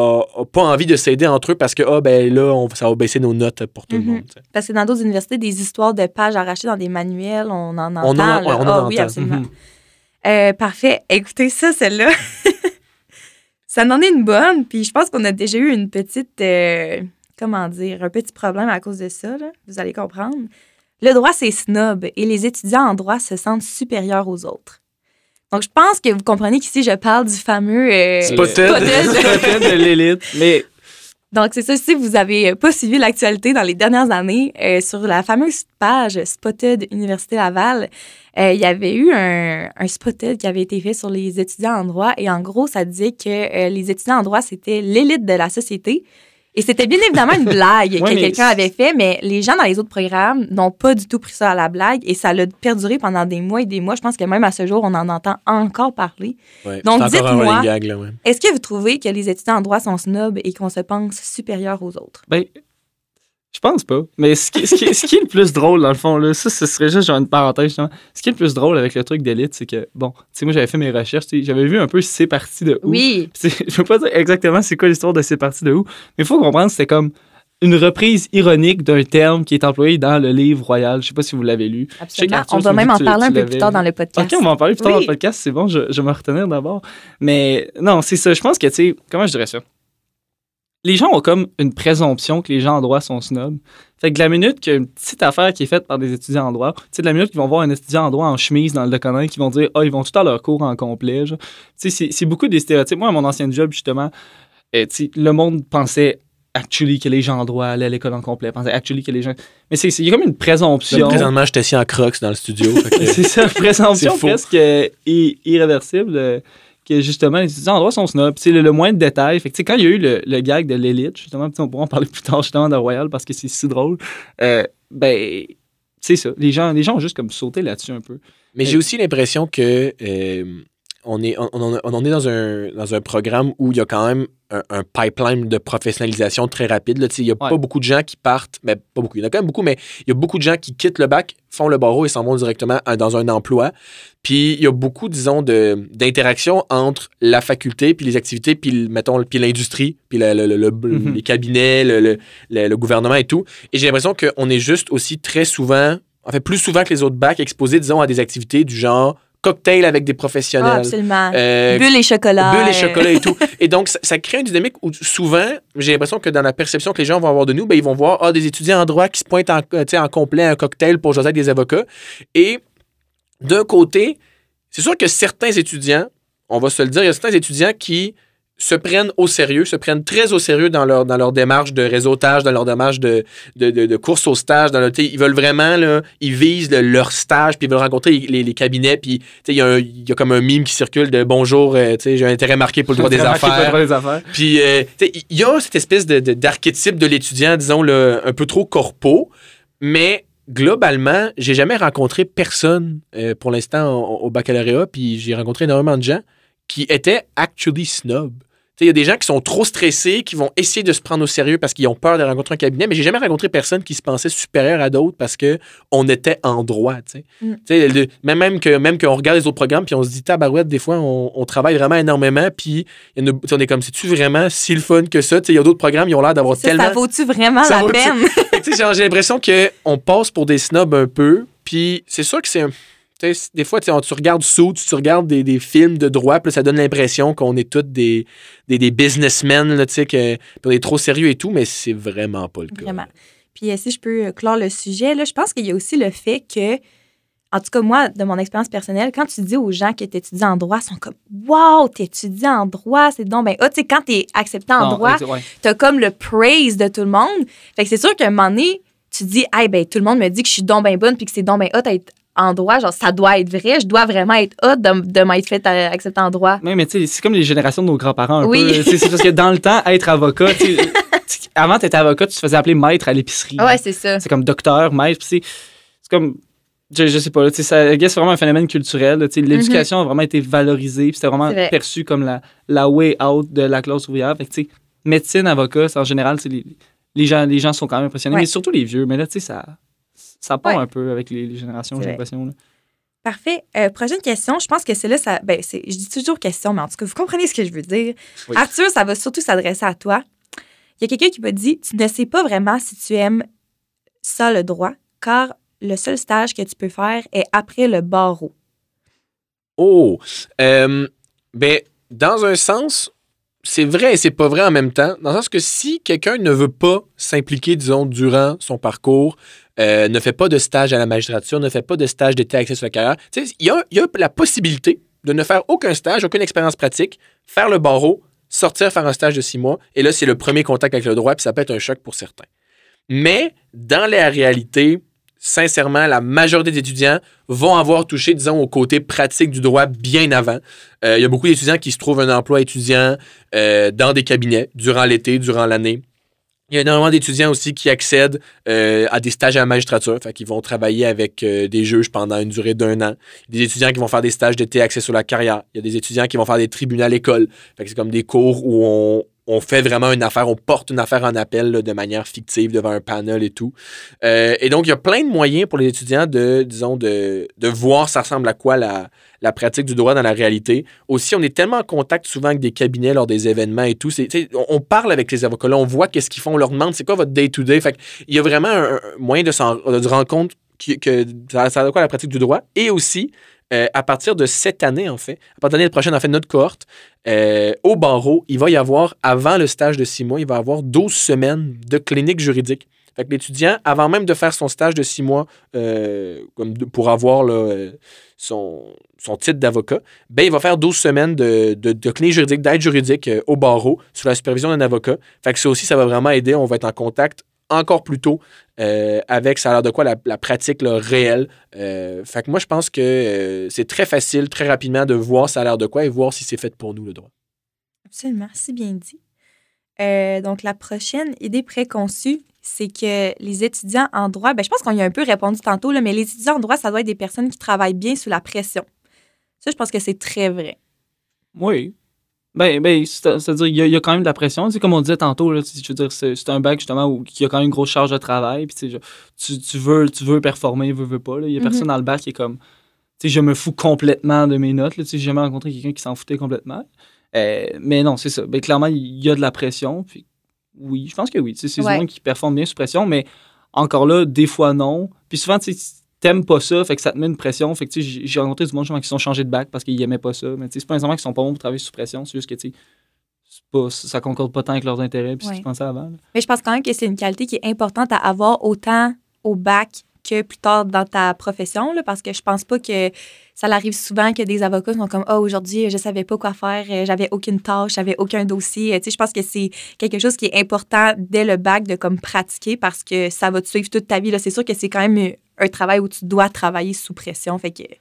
Speaker 2: pas envie de s'aider entre eux parce que, ah, ben là, on, ça va baisser nos notes pour tout mm-hmm. le monde. T'sais.
Speaker 1: Parce que dans d'autres universités, des histoires de pages arrachées dans des manuels, on en entend.
Speaker 2: On en, ouais, on en
Speaker 1: ah,
Speaker 2: entend.
Speaker 1: Oui, absolument. Mm-hmm. Euh, parfait. Écoutez, ça, celle-là, ça en est une bonne. Puis je pense qu'on a déjà eu une petite... Euh, comment dire, un petit problème à cause de ça, là, vous allez comprendre. Le droit, c'est snob et les étudiants en droit se sentent supérieurs aux autres. Donc, je pense que vous comprenez qu'ici, je parle du fameux... Euh,
Speaker 2: Spotted.
Speaker 3: Spotted de l'élite. Mais...
Speaker 1: Donc, c'est ça. Si vous n'avez pas suivi l'actualité dans les dernières années, euh, sur la fameuse page Spotted Université Laval, euh, il y avait eu un, un Spotted qui avait été fait sur les étudiants en droit. Et en gros, ça disait que euh, les étudiants en droit, c'était l'élite de la société. Et c'était bien évidemment une blague
Speaker 3: ouais,
Speaker 1: que
Speaker 3: mais...
Speaker 1: quelqu'un avait fait, mais les gens dans les autres programmes n'ont pas du tout pris ça à la blague et ça l'a perduré pendant des mois et des mois. Je pense que même à ce jour, on en entend encore parler.
Speaker 2: Ouais,
Speaker 1: Donc,
Speaker 2: c'est encore
Speaker 1: dites-moi,
Speaker 2: un gag, là, ouais.
Speaker 1: Est-ce que vous trouvez que les étudiants en droit sont snobs et qu'on se pense supérieurs aux autres?
Speaker 3: Ben, je pense pas. Mais ce qui, ce, qui, ce qui est le plus drôle, dans le fond, là, ça, ce serait juste genre une parenthèse, justement. Ce qui est le plus drôle avec le truc d'élite, c'est que, bon, tu sais, moi, j'avais fait mes recherches, j'avais vu un peu C'est parti de où.
Speaker 1: Oui.
Speaker 3: Je peux pas dire exactement c'est quoi l'histoire de C'est parti de où, mais il faut comprendre que c'était comme une reprise ironique d'un terme qui est employé dans le livre royal. Je sais pas si vous l'avez lu.
Speaker 1: Absolument. On va même en parler un peu plus tard dans le podcast.
Speaker 3: OK, on va en parler plus tard
Speaker 1: oui.
Speaker 3: dans le podcast. C'est bon, je, je vais me retenir d'abord. Mais non, c'est ça. Je pense que, tu sais, comment je dirais ça? Les gens ont comme une présomption que les gens en droit sont snobs. Fait que de la minute qu'il y a une petite affaire qui est faite par des étudiants en droit, tu sais, de la minute qu'ils vont voir un étudiant en droit en chemise dans le Deconin, qui vont dire « Ah, oh, ils vont tout à leur cours en complet. » Tu sais, c'est, c'est beaucoup des stéréotypes. Moi, à mon ancien job, justement, euh, tu sais, le monde pensait actually que les gens en droit allaient à l'école en complet, pensait actually que les gens... Mais c'est, c'est, il y a comme une présomption.
Speaker 2: Là, présentement, j'étais assis en crocs dans le studio. Que...
Speaker 3: c'est ça, une présomption presque euh, irréversible. Euh, que justement, les étudiants en droit sont snobs. C'est le, le moins de détails. Fait que, quand il y a eu le, le gag de l'élite, justement, on pourra en parler plus tard justement de Royal parce que c'est si drôle, euh, ben, c'est ça. Les gens, les gens ont juste comme sauté là-dessus un peu.
Speaker 2: Mais
Speaker 3: euh,
Speaker 2: j'ai aussi l'impression que euh, on, est, on, on, on est dans un, dans un programme où il y a quand même un, un pipeline de professionnalisation très rapide. Là. Il n'y a ouais. pas beaucoup de gens qui partent, mais pas beaucoup, il y en a quand même beaucoup, mais il y a beaucoup de gens qui quittent le bac, font le barreau et s'en vont directement dans un emploi. Puis il y a beaucoup, disons, de, d'interactions entre la faculté, puis les activités, puis, mettons, puis l'industrie, puis le, le, le, mm-hmm. les cabinets, le, le, le, le gouvernement et tout. Et j'ai l'impression qu'on est juste aussi très souvent, en fait, plus souvent que les autres bacs, exposés, disons, à des activités du genre cocktail avec des professionnels.
Speaker 1: Ah, absolument. Euh, bulles et chocolat.
Speaker 2: Bulles et chocolat et tout. Et donc, ça, ça crée une dynamique où souvent, j'ai l'impression que dans la perception que les gens vont avoir de nous, ben, ils vont voir ah, des étudiants en droit qui se pointent en, en complet à un cocktail pour jaser avec des avocats. Et d'un côté, c'est sûr que certains étudiants, on va se le dire, il y a certains étudiants qui se prennent au sérieux, se prennent très au sérieux dans leur, dans leur démarche de réseautage, dans leur démarche de, de, de, de course au stage. Dans leur, ils veulent vraiment, là, ils visent le, leur stage, puis ils veulent rencontrer les, les cabinets. Puis il y, y a comme un meme qui circule de « Bonjour, euh, j'ai un intérêt marqué pour le droit des affaires. » Puis il y a cette espèce de, de, d'archétype de l'étudiant, disons, là, un peu trop corpo, mais globalement, j'ai jamais rencontré personne euh, pour l'instant au, au baccalauréat, puis j'ai rencontré énormément de gens qui étaient actually snob. Il y a des gens qui sont trop stressés, qui vont essayer de se prendre au sérieux parce qu'ils ont peur de rencontrer un cabinet, mais j'ai jamais rencontré personne qui se pensait supérieur à d'autres parce qu'on était en droit. Mm. Le, même, même, que, même qu'on regarde les autres programmes puis on se dit, tabarouette, des fois, on, on travaille vraiment énormément puis y a, on est comme, c'est-tu vraiment si le fun que ça? Il y a d'autres programmes, ils ont l'air d'avoir
Speaker 1: ça,
Speaker 2: tellement...
Speaker 1: Ça vaut-tu vraiment ça la vaut-tu... peine?
Speaker 2: genre, j'ai l'impression qu'on passe pour des snobs un peu, puis c'est sûr que c'est un... Des fois, tu regardes Suits, tu regardes des, des films de droit, puis ça donne l'impression qu'on est tous des, des, des businessmen, là, que, on est trop sérieux et tout, mais c'est vraiment pas le cas.
Speaker 1: Vraiment. Puis si je peux clore le sujet, là, je pense qu'il y a aussi le fait que, en tout cas, moi, de mon expérience personnelle, quand tu dis aux gens que tu étudies en droit, ils sont comme « Wow, tu étudies en droit, c'est donc ben ah, tu sais, quand tu es accepté en non, droit, ouais. tu as comme le praise de tout le monde. » Fait que c'est sûr qu'à un moment donné, tu dis « Hey, ben tout le monde me dit que je suis donc ben bonne puis que c'est donc ben hot à être en droit, genre ça doit être vrai, je dois vraiment être hot de, de m'être fait accepter en droit. »
Speaker 3: Oui, mais tu sais, c'est comme les générations de nos grands-parents un
Speaker 1: oui.
Speaker 3: peu. C'est parce que dans le temps, être avocat, avant tu étais avocat, tu te faisais appeler maître à l'épicerie.
Speaker 1: Ouais, c'est ça.
Speaker 3: C'est comme docteur, maître, c'est, c'est comme, je, je sais pas, là, ça, c'est vraiment un phénomène culturel. Là, l'éducation mm-hmm. a vraiment été valorisée, puis c'était vraiment perçu comme la, la way out de la classe ouvrière. Fait que, tu sais, médecine, avocat, en général, les, les, gens, les gens sont quand même impressionnés, ouais. mais surtout les vieux. Mais là, tu sais, ça... Ça part ouais. un peu avec les, les générations, c'est j'ai l'impression. Là.
Speaker 1: Parfait. Euh, prochaine question. Je pense que c'est là, ça, ben, c'est, je dis toujours question, mais en tout cas, vous comprenez ce que je veux dire. Oui. Arthur, ça va surtout s'adresser à toi. Il y a quelqu'un qui m'a dit, tu ne sais pas vraiment si tu aimes ça, le droit, car le seul stage que tu peux faire est après le barreau.
Speaker 2: Oh! Euh, ben, dans un sens, c'est vrai et c'est pas vrai en même temps, dans le sens que si quelqu'un ne veut pas s'impliquer, disons, durant son parcours, euh, ne fait pas de stage à la magistrature, ne fait pas de stage d'été axé sur la carrière, tu sais, il y a, y a la possibilité de ne faire aucun stage, aucune expérience pratique, faire le barreau, sortir, faire un stage de six mois, et là, c'est le premier contact avec le droit, puis ça peut être un choc pour certains. Mais, dans la réalité, sincèrement, la majorité des étudiants vont avoir touché, disons, au côté pratique du droit bien avant. Euh, il y a beaucoup d'étudiants qui se trouvent un emploi étudiant euh, dans des cabinets durant l'été, durant l'année. Il y a énormément d'étudiants aussi qui accèdent euh, à des stages à la magistrature, fait qu'ils vont travailler avec euh, des juges pendant une durée d'un an. Il y a des étudiants qui vont faire des stages d'été axés sur la carrière. Il y a des étudiants qui vont faire des tribunaux à l'école. Fait que c'est comme des cours où on, on fait vraiment une affaire, on porte une affaire en appel là, de manière fictive devant un panel et tout. Euh, et donc, il y a plein de moyens pour les étudiants de, disons, de, de voir ça ressemble à quoi la, la pratique du droit dans la réalité. Aussi, on est tellement en contact souvent avec des cabinets lors des événements et tout. C'est, on, on parle avec les avocats là, on voit qu'est-ce qu'ils font, on leur demande c'est quoi votre day-to-day. Fait qu'il y a vraiment un, un moyen de, s'en, de se rendre compte que, que ça ressemble à quoi la pratique du droit. Et aussi, Euh, à partir de cette année, en fait, à partir de l'année prochaine, en fait, notre cohorte, euh, au barreau, il va y avoir, avant le stage de six mois, il va y avoir douze semaines de clinique juridique. Fait que l'étudiant, avant même de faire son stage de six mois euh, comme de, pour avoir là, son, son titre d'avocat, ben, il va faire douze semaines de, de, de clinique juridique, d'aide juridique euh, au barreau, sous la supervision d'un avocat. Fait que ça aussi, ça va vraiment aider. On va être en contact encore plus tôt euh, avec, ça a l'air de quoi, la, la pratique là, réelle. Euh, fait que moi, je pense que euh, c'est très facile, très rapidement, de voir ça a l'air de quoi et voir si c'est fait pour nous, le droit.
Speaker 1: Absolument, c'est bien dit. Euh, donc, la prochaine idée préconçue, c'est que les étudiants en droit, ben, je pense qu'on y a un peu répondu tantôt, là, mais les étudiants en droit, ça doit être des personnes qui travaillent bien sous la pression. Ça, je pense que c'est très vrai.
Speaker 3: Oui. Ben, ben c'est-à-dire qu'il y, y a quand même de la pression. Tu sais, comme on disait tantôt, là, je veux dire, c'est, c'est un bac justement où il y a quand même une grosse charge de travail. Puis, tu, sais, tu, tu, veux, tu veux performer, veux, veux pas. Il y a mm-hmm. personne dans le bac qui est comme, tu sais, je me fous complètement de mes notes. Tu sais, j'ai jamais rencontré quelqu'un qui s'en foutait complètement. Euh, mais non, c'est ça. Ben, clairement, il y a de la pression. Puis, oui, je pense que oui. Tu sais, c'est ouais. des gens qui performent bien sous pression, mais encore là, des fois non. Puis souvent, tu sais, t'aimes pas ça, fait que ça te met une pression. Fait que, tu sais, j'ai rencontré du monde qui sont changés de bac parce qu'ils aimaient pas ça. Mais, tu sais, c'est pas nécessairement qu'ils sont pas bons pour travailler sous pression. C'est juste que, tu sais, c'est pas, ça concorde pas tant avec leurs intérêts puis ouais. ce qu'ils pensaient avant. Là.
Speaker 1: Mais je pense quand même que c'est une qualité qui est importante à avoir autant au bac que plus tard dans ta profession, là, parce que je pense pas que ça arrive souvent que des avocats sont comme « Ah, oh, aujourd'hui, je savais pas quoi faire, j'avais aucune tâche, j'avais aucun dossier. » Tu sais, je pense que c'est quelque chose qui est important dès le bac de comme pratiquer parce que ça va te suivre toute ta vie. Là. C'est sûr que c'est quand même un travail où tu dois travailler sous pression. Fait que...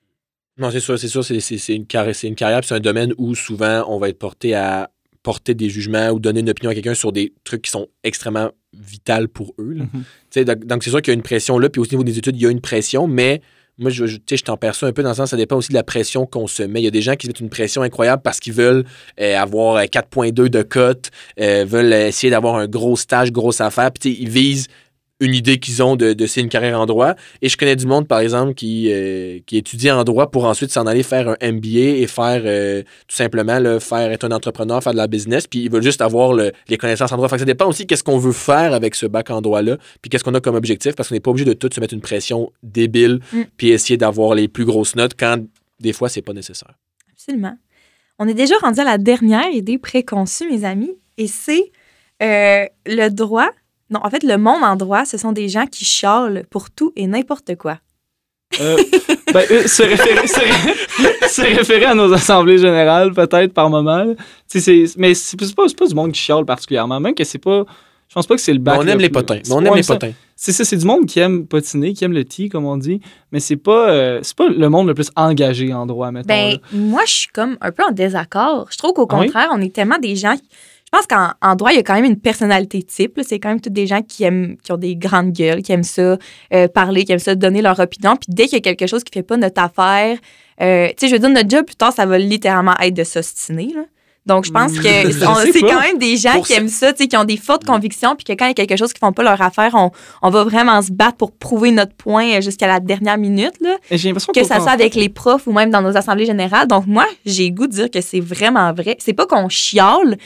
Speaker 2: Non, c'est sûr, c'est sûr, c'est, c'est, c'est, une, carrière, c'est une carrière, c'est un domaine où souvent on va être porté à porter des jugements ou donner une opinion à quelqu'un sur des trucs qui sont extrêmement vitaux pour eux. Mm-hmm. Donc, donc, c'est sûr qu'il y a une pression là, puis au niveau des études, il y a une pression, mais moi, je, je, je t'en perçois un peu dans le sens ça dépend aussi de la pression qu'on se met. Il y a des gens qui mettent une pression incroyable parce qu'ils veulent euh, avoir quatre virgule deux de cote, euh, veulent essayer d'avoir un gros stage, grosse affaire, puis ils visent une idée qu'ils ont de, de c'est une carrière en droit. Et je connais du monde, par exemple, qui, euh, qui étudie en droit pour ensuite s'en aller faire un M B A et faire euh, tout simplement là, faire être un entrepreneur, faire de la business, puis ils veulent juste avoir le, les connaissances en droit. Fait que ça dépend aussi qu'est-ce qu'on veut faire avec ce bac en droit-là, puis qu'est-ce qu'on a comme objectif, parce qu'on n'est pas obligé de tout se mettre une pression débile, mm. puis essayer d'avoir les plus grosses notes quand des fois, c'est pas nécessaire.
Speaker 1: Absolument. On est déjà rendu à la dernière idée préconçue, mes amis, et c'est euh, le droit. Non, en fait, le monde en droit, ce sont des gens qui chialent pour tout et n'importe quoi.
Speaker 3: Euh, ben, euh, se, référer, se, se référer à nos assemblées générales, peut-être, par moment. C'est, mais c'est, c'est, pas, c'est pas du monde qui chiale particulièrement. Même que c'est pas... Je pense pas que c'est le bac.
Speaker 2: Mais on aime les
Speaker 3: plus,
Speaker 2: potins. Mais on aime les
Speaker 3: ça,
Speaker 2: potins.
Speaker 3: C'est ça, c'est du monde qui aime potiner, qui aime le tea, comme on dit. Mais c'est pas, euh, c'est pas le monde le plus engagé en droit, mettons.
Speaker 1: Ben,
Speaker 3: là.
Speaker 1: moi, je suis comme un peu en désaccord. Je trouve qu'au contraire, ah oui? on est tellement des gens... Je pense qu'en en droit, il y a quand même une personnalité type. Là. C'est quand même tous des gens qui aiment, qui ont des grandes gueules, qui aiment ça euh, parler, qui aiment ça donner leur opinion. Puis dès qu'il y a quelque chose qui ne fait pas notre affaire, euh, tu sais, je veux dire, notre job, plus tard, ça va littéralement être de s'ostiner. Là. Donc, je pense que on, c'est quand même des gens pour qui ça. aiment ça, qui ont des fortes convictions, puis que quand il y a quelque chose qui ne font pas leur affaire, on, on va vraiment se battre pour prouver notre point jusqu'à la dernière minute. Là.
Speaker 3: J'ai l'impression
Speaker 1: que ça soit avec les profs ou même dans nos assemblées générales. Donc, moi, j'ai le goût de dire que c'est vraiment vrai. C'est pas qu'on chiale,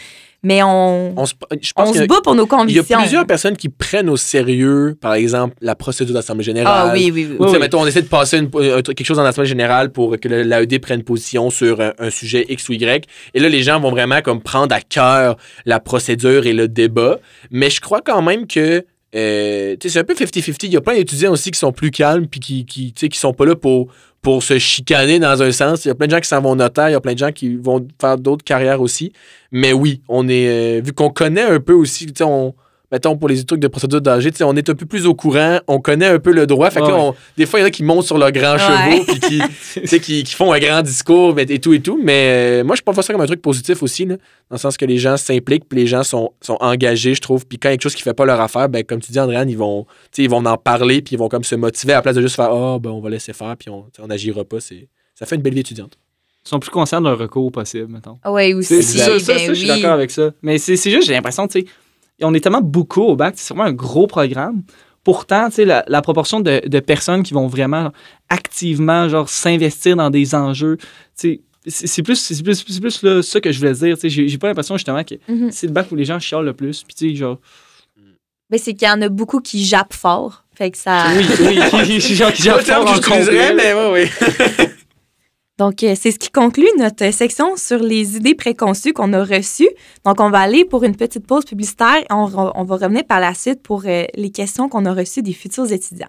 Speaker 1: mais on,
Speaker 2: On se, je pense
Speaker 1: on
Speaker 2: qu'il y
Speaker 1: se
Speaker 2: a-
Speaker 1: bat pour nos
Speaker 2: il y a
Speaker 1: convictions.
Speaker 2: plusieurs personnes qui prennent au sérieux, par exemple, la procédure d'Assemblée générale.
Speaker 1: Ah oui, oui, oui.
Speaker 2: Ou, tu sais,
Speaker 3: Oui, oui.
Speaker 2: mettons, on essaie de passer une- un truc- quelque chose en Assemblée générale pour que l'A E D prenne position sur un, un sujet X ou Y. Et là, les gens vont vraiment comme prendre à cœur la procédure et le débat. Mais je crois quand même que euh, tu sais, c'est un peu cinquante cinquante. Il y a plein d'étudiants aussi qui sont plus calmes puis qui, qui, tu sais, qui sont pas là pour, pour se chicaner dans un sens. Il y a plein de gens qui s'en vont notaire, il y a plein de gens qui vont faire d'autres carrières aussi. Mais oui, on est euh, vu qu'on connaît un peu aussi, tu sais, on mettons, pour les trucs de procédure d'âge, tu sais, on est un peu plus au courant, on connaît un peu le droit. Fait que là,
Speaker 3: Ouais.
Speaker 2: on- des fois, il y en a qui montent sur leurs grands
Speaker 1: Ouais.
Speaker 2: chevaux puis qui, tu sais, qui, qui font un grand discours mais- et tout et tout. Mais euh, moi, je pense ça comme un truc positif aussi, là, dans le sens que les gens s'impliquent puis les gens sont, sont engagés, je trouve. Puis quand il y a quelque chose qui fait pas leur affaire, ben, comme tu dis, Andréane, ils vont, tu sais, ils vont en parler puis ils vont comme se motiver à la place de juste faire « Ah, ben, on va laisser faire puis on, tu sais, on n'agira pas. » C'est- Ça fait une belle vie étudiante.
Speaker 3: Ils sont plus conscients d'un recours possible, mettons.
Speaker 1: Oui, aussi.
Speaker 3: C'est c'est ça, ça,
Speaker 1: ben
Speaker 3: ça, je suis
Speaker 1: oui.
Speaker 3: d'accord avec ça. Mais c'est c'est juste, j'ai l'impression, tu sais, on est tellement beaucoup au bac, c'est vraiment un gros programme. Pourtant, tu sais, la, la proportion de, de personnes qui vont vraiment activement, genre, s'investir dans des enjeux, tu sais, c'est c'est plus, c'est plus, c'est plus là, ça que je voulais dire. Tu sais, j'ai j'ai pas l'impression, justement, que
Speaker 1: Mhm.
Speaker 3: c'est le bac où les gens chialent le plus. Puis, tu sais, genre,
Speaker 1: Ben, c'est qu'il y en a beaucoup qui jappent fort. Fait que ça...
Speaker 3: oui, oui, genre, qui
Speaker 2: Pas
Speaker 3: genre,
Speaker 2: le terme que j'utiliserais, mais oui, oui.
Speaker 1: Donc, euh, c'est ce qui conclut notre section sur les idées préconçues qu'on a reçues. Donc, on va aller pour une petite pause publicitaire et on, re- on va revenir par la suite pour euh, les questions qu'on a reçues des futurs étudiants.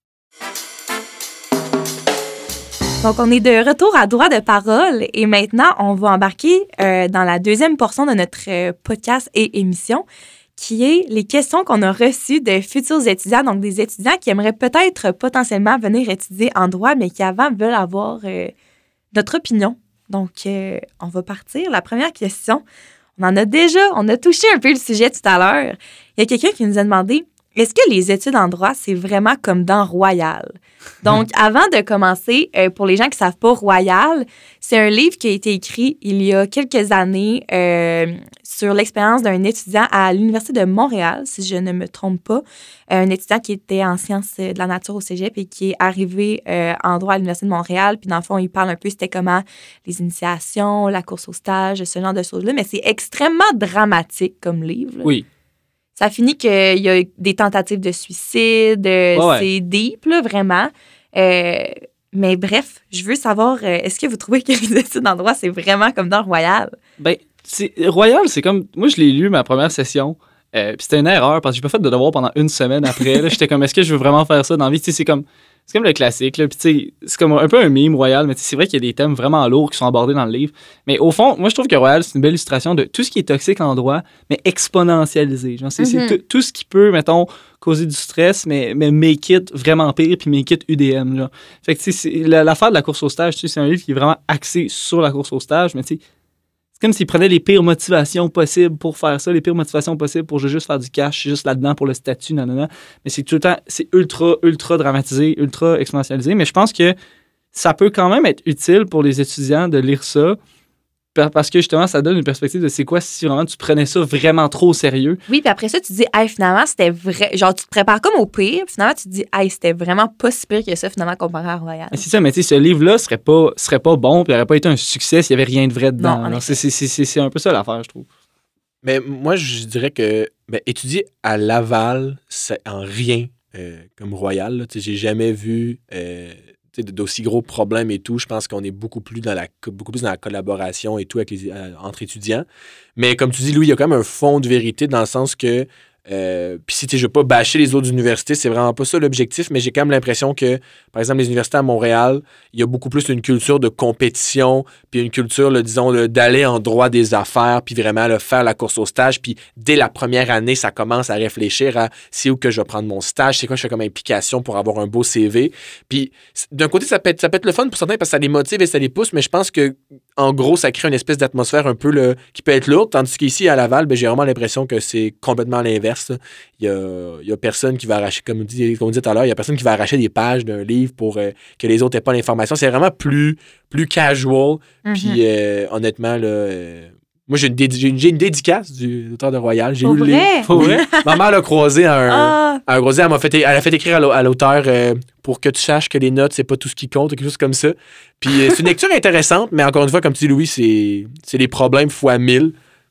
Speaker 1: Donc, on est de retour à droit de parole et maintenant, on va embarquer euh, dans la deuxième portion de notre euh, podcast et émission, qui est les questions qu'on a reçues de futurs étudiants, donc des étudiants qui aimeraient peut-être potentiellement venir étudier en droit, mais qui avant veulent avoir euh, notre opinion. Donc, euh, on va partir. La première question, on en a déjà, on a touché un peu le sujet tout à l'heure. Il y a quelqu'un qui nous a demandé, est-ce que les études en droit, c'est vraiment comme dans Royal? Donc, avant de commencer, euh, pour les gens qui ne savent pas, Royal, c'est un livre qui a été écrit il y a quelques années euh, sur l'expérience d'un étudiant à l'Université de Montréal, si je ne me trompe pas. Un étudiant qui était en sciences de la nature au cégep et qui est arrivé euh, en droit à l'Université de Montréal. Puis, dans le fond, il parle un peu, c'était comment les initiations, la course au stage, ce genre de choses-là. Mais c'est extrêmement dramatique comme livre. là.
Speaker 3: Oui.
Speaker 1: Ça finit qu'il y a des tentatives de suicide. euh,
Speaker 3: Ouais, ouais.
Speaker 1: C'est deep, là, vraiment. Euh, mais bref, je veux savoir, euh, est-ce que vous trouvez que les études en droit, c'est vraiment comme dans Royal?
Speaker 3: Ben, c'est- Royal, c'est comme. Moi, je l'ai lu ma première session. Euh, puis c'était une erreur parce que j'ai pas fait de devoir pendant une semaine après. Là, j'étais comme, est-ce que je veux vraiment faire ça dans la vie? Tu sais, c'est comme. C'est comme le classique, là. Puis, tu sais, c'est comme un peu un meme Royal, mais tu sais, c'est vrai qu'il y a des thèmes vraiment lourds qui sont abordés dans le livre. Mais au fond, moi, je trouve que Royal, c'est une belle illustration de tout ce qui est toxique en droit, mais exponentialisé. Genre, c'est c'est
Speaker 1: Mhm.
Speaker 3: tout- tout ce qui peut, mettons, causer du stress, mais, mais make it vraiment pire, puis make it U D M, là. Fait que, tu sais, c'est- la- l'affaire de la course au stage, tu sais, c'est un livre qui est vraiment axé sur la course au stage, mais tu sais, c'est comme s'il prenait les pires motivations possibles pour faire ça, les pires motivations possibles pour juste faire du cash, juste là-dedans pour le statut, nanana. Mais c'est tout le temps, c'est ultra, ultra dramatisé, ultra exponentialisé. Mais je pense que ça peut quand même être utile pour les étudiants de lire ça pa- parce que justement, ça donne une perspective de c'est quoi si vraiment tu prenais ça vraiment trop au sérieux.
Speaker 1: Oui, puis après ça, tu te dis, hey, finalement, c'était vrai. Genre, tu te prépares comme au pire, puis finalement, tu te dis, hey, c'était vraiment pas si pire que ça, finalement, comparé à Royal.
Speaker 3: Mais c'est ça, mais tu sais, ce livre-là serait pas, serait pas bon puis il aurait pas été un succès s'il y avait rien de vrai dedans.
Speaker 1: Non, en
Speaker 3: Alors,
Speaker 1: effet.
Speaker 3: c'est, c'est, c'est, c'est- c'est un peu ça l'affaire, je trouve.
Speaker 2: Mais moi, je dirais que ben, étudier à Laval, c'est en rien euh, comme Royal. là. Tu sais, j'ai jamais vu euh, tu sais, d'aussi gros problèmes et tout. Je pense qu'on est beaucoup plus dans la co- beaucoup plus dans la collaboration et tout avec les, euh, entre étudiants. Mais comme tu dis, Louis, il y a quand même un fond de vérité dans le sens que euh, puis si tu sais, je veux pas bâcher les autres universités, c'est vraiment pas ça l'objectif, mais j'ai quand même l'impression que, par exemple, les universités à Montréal, il y a beaucoup plus une culture de compétition, puis une culture, là, disons, là, d'aller en droit des affaires, puis vraiment là, faire la course au stage, puis dès la première année, ça commence à réfléchir à c'est où que je vais prendre mon stage, c'est quoi je fais comme implication pour avoir un beau C V. Puis c- d'un côté, ça peut être, ça peut être le fun pour certains parce que ça les motive et ça les pousse, mais je pense que en gros, ça crée une espèce d'atmosphère un peu là, qui peut être lourde, tandis qu'ici, à Laval, ben, j'ai vraiment l'impression que c'est complètement l'inverse. là. Il y a, il y a personne qui va arracher, comme on dit, comme on dit tout à l'heure, il y a personne qui va arracher des pages d'un livre pour euh, que les autres n'aient pas l'information. C'est vraiment plus, plus casual.
Speaker 1: Mhm.
Speaker 2: Puis euh, honnêtement, là, euh, moi, j'ai une, dédi- j'ai une, j'ai une dédicace du auteur de Royal. J'ai
Speaker 1: Pour
Speaker 2: lu le
Speaker 1: vrai?
Speaker 2: livre.
Speaker 3: Pour
Speaker 2: Oui.
Speaker 3: vrai?
Speaker 2: Ma mère l'a croisé à un...
Speaker 1: Ah,
Speaker 2: à un gros, elle, m'a fait, elle a fait écrire à l'au- à l'auteur euh, pour que tu saches que les notes, c'est pas tout ce qui compte, quelque chose comme ça. Puis euh, c'est une lecture intéressante, mais encore une fois, comme tu dis, Louis, c'est, c'est les problèmes fois mille.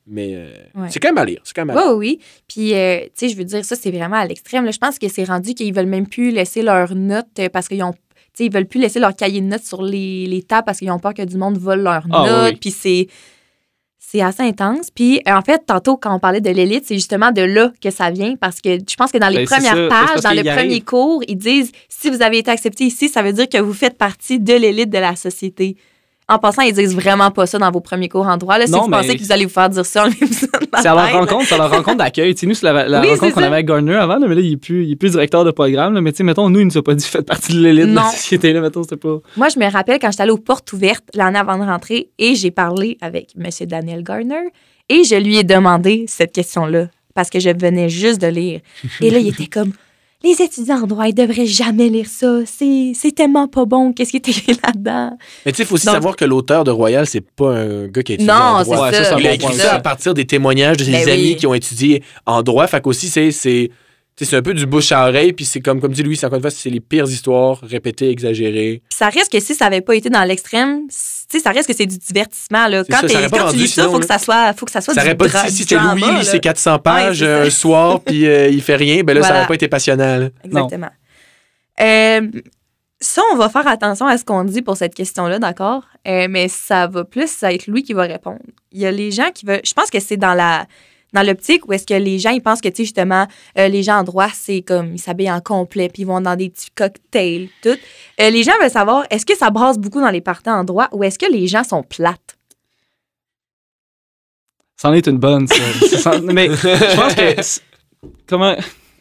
Speaker 2: Mais euh,
Speaker 1: Ouais.
Speaker 2: c'est quand même à lire. C'est quand même à
Speaker 1: Oui,
Speaker 2: lire.
Speaker 1: oui. Puis, euh, tu sais, je veux dire, ça, c'est vraiment à l'extrême. là. Je pense que c'est rendu qu'ils veulent même plus laisser leurs notes euh, parce qu'ils ont. Tu sais, ils veulent plus laisser leur cahier de notes sur les, les tables parce qu'ils ont peur que du monde vole leurs
Speaker 3: Ah, oui,
Speaker 1: notes.
Speaker 3: oui.
Speaker 1: Puis c'est. C'est assez intense. Puis, euh, en fait, tantôt, quand on parlait de l'élite, c'est justement de là que ça vient parce que je pense que dans les
Speaker 3: Ben, c'est
Speaker 1: premières
Speaker 3: ça. C'est
Speaker 1: pages,
Speaker 3: parce
Speaker 1: dans le
Speaker 3: qu'il
Speaker 1: premier
Speaker 3: arrive.
Speaker 1: cours, ils disent si vous avez été accepté ici, ça veut dire que vous faites partie de l'élite de la société. En passant, ils disent vraiment pas ça dans vos premiers cours en droit. Là, si
Speaker 3: Non,
Speaker 1: vous
Speaker 3: mais-
Speaker 1: pensez que vous allez vous faire dire ça, enlevez-vous ça de la
Speaker 3: C'est à leur
Speaker 1: tête, là.
Speaker 3: rencontre, c'est à leur rencontre d'accueil. Tu sais, nous, c'est la, la
Speaker 1: Oui,
Speaker 3: rencontre
Speaker 1: c'est
Speaker 3: qu'on
Speaker 1: ça.
Speaker 3: avait avec Gardner avant, là, mais là, il est plus, il est plus directeur de programme. Là, mais tu sais, mettons, nous, il nous a pas dit faites partie de l'élite de la
Speaker 1: Non.
Speaker 3: société. Là, mettons, c'était pas.
Speaker 1: Moi, je me rappelle quand j'étais allée aux portes ouvertes l'année avant de rentrer et j'ai parlé avec M. Daniel Gardner et je lui ai demandé cette question-là parce que je venais juste de lire. Et là, il était comme les étudiants en droit, ils devraient jamais lire ça. C'est, c'est tellement pas bon. Qu'est-ce qui est écrit là-dedans?
Speaker 2: Mais tu sais, il faut aussi
Speaker 1: Donc-
Speaker 2: savoir que l'auteur de Royal, c'est pas un gars qui a étudié
Speaker 1: Non,
Speaker 2: en
Speaker 1: c'est
Speaker 2: droit.
Speaker 3: Ouais,
Speaker 1: ça.
Speaker 3: ça, c'est un
Speaker 2: Il a
Speaker 3: bon
Speaker 2: écrit
Speaker 3: point.
Speaker 2: ça à partir des témoignages de ses
Speaker 1: Ben
Speaker 2: amis
Speaker 1: oui.
Speaker 2: qui ont étudié en droit. Fait qu'aussi, c'est, c'est, tu sais, c'est un peu du bouche à oreille. Puis c'est comme, comme dit Louis, c'est encore une fois, c'est les pires histoires, répétées, exagérées.
Speaker 1: Puis ça risque que si ça avait pas été dans l'extrême, tu sais, ça risque que c'est du divertissement. Là.
Speaker 2: C'est
Speaker 1: Quand,
Speaker 2: ça,
Speaker 1: t'es-
Speaker 2: ça aurait pas
Speaker 1: quand tu
Speaker 2: rendu
Speaker 1: lis ça,
Speaker 2: sinon,
Speaker 1: faut que
Speaker 2: là.
Speaker 1: ça soit, faut que ça soit
Speaker 2: Ça
Speaker 1: du,
Speaker 2: aurait pas
Speaker 1: dra-
Speaker 2: dit si
Speaker 1: du
Speaker 2: c'était Louis,
Speaker 1: drama,
Speaker 2: lit
Speaker 1: là.
Speaker 2: ses quatre cents pages
Speaker 1: Ouais, c'est
Speaker 2: euh,
Speaker 1: ça.
Speaker 2: un soir, puis euh, il fait rien. Ben là, ça
Speaker 1: Voilà.
Speaker 2: aurait pas été passionnant. là.
Speaker 1: Exactement. Euh, ça, on va faire attention à ce qu'on dit pour cette question-là, d'accord? Euh, mais ça va plus ça va être Louis qui va répondre. Il y a les gens qui veulent. Je pense que c'est dans la dans l'optique où est-ce que les gens ils pensent que, tu sais, justement, euh, les gens en droit, c'est comme ils s'habillent en complet puis ils vont dans des petits cocktails, tout. Euh, les gens veulent savoir, est-ce que ça brasse beaucoup dans les parties en droit ou est-ce que les gens sont plates?
Speaker 3: Ça en est une bonne, ça. Ça sent- Mais je pense que. c'est- Comment.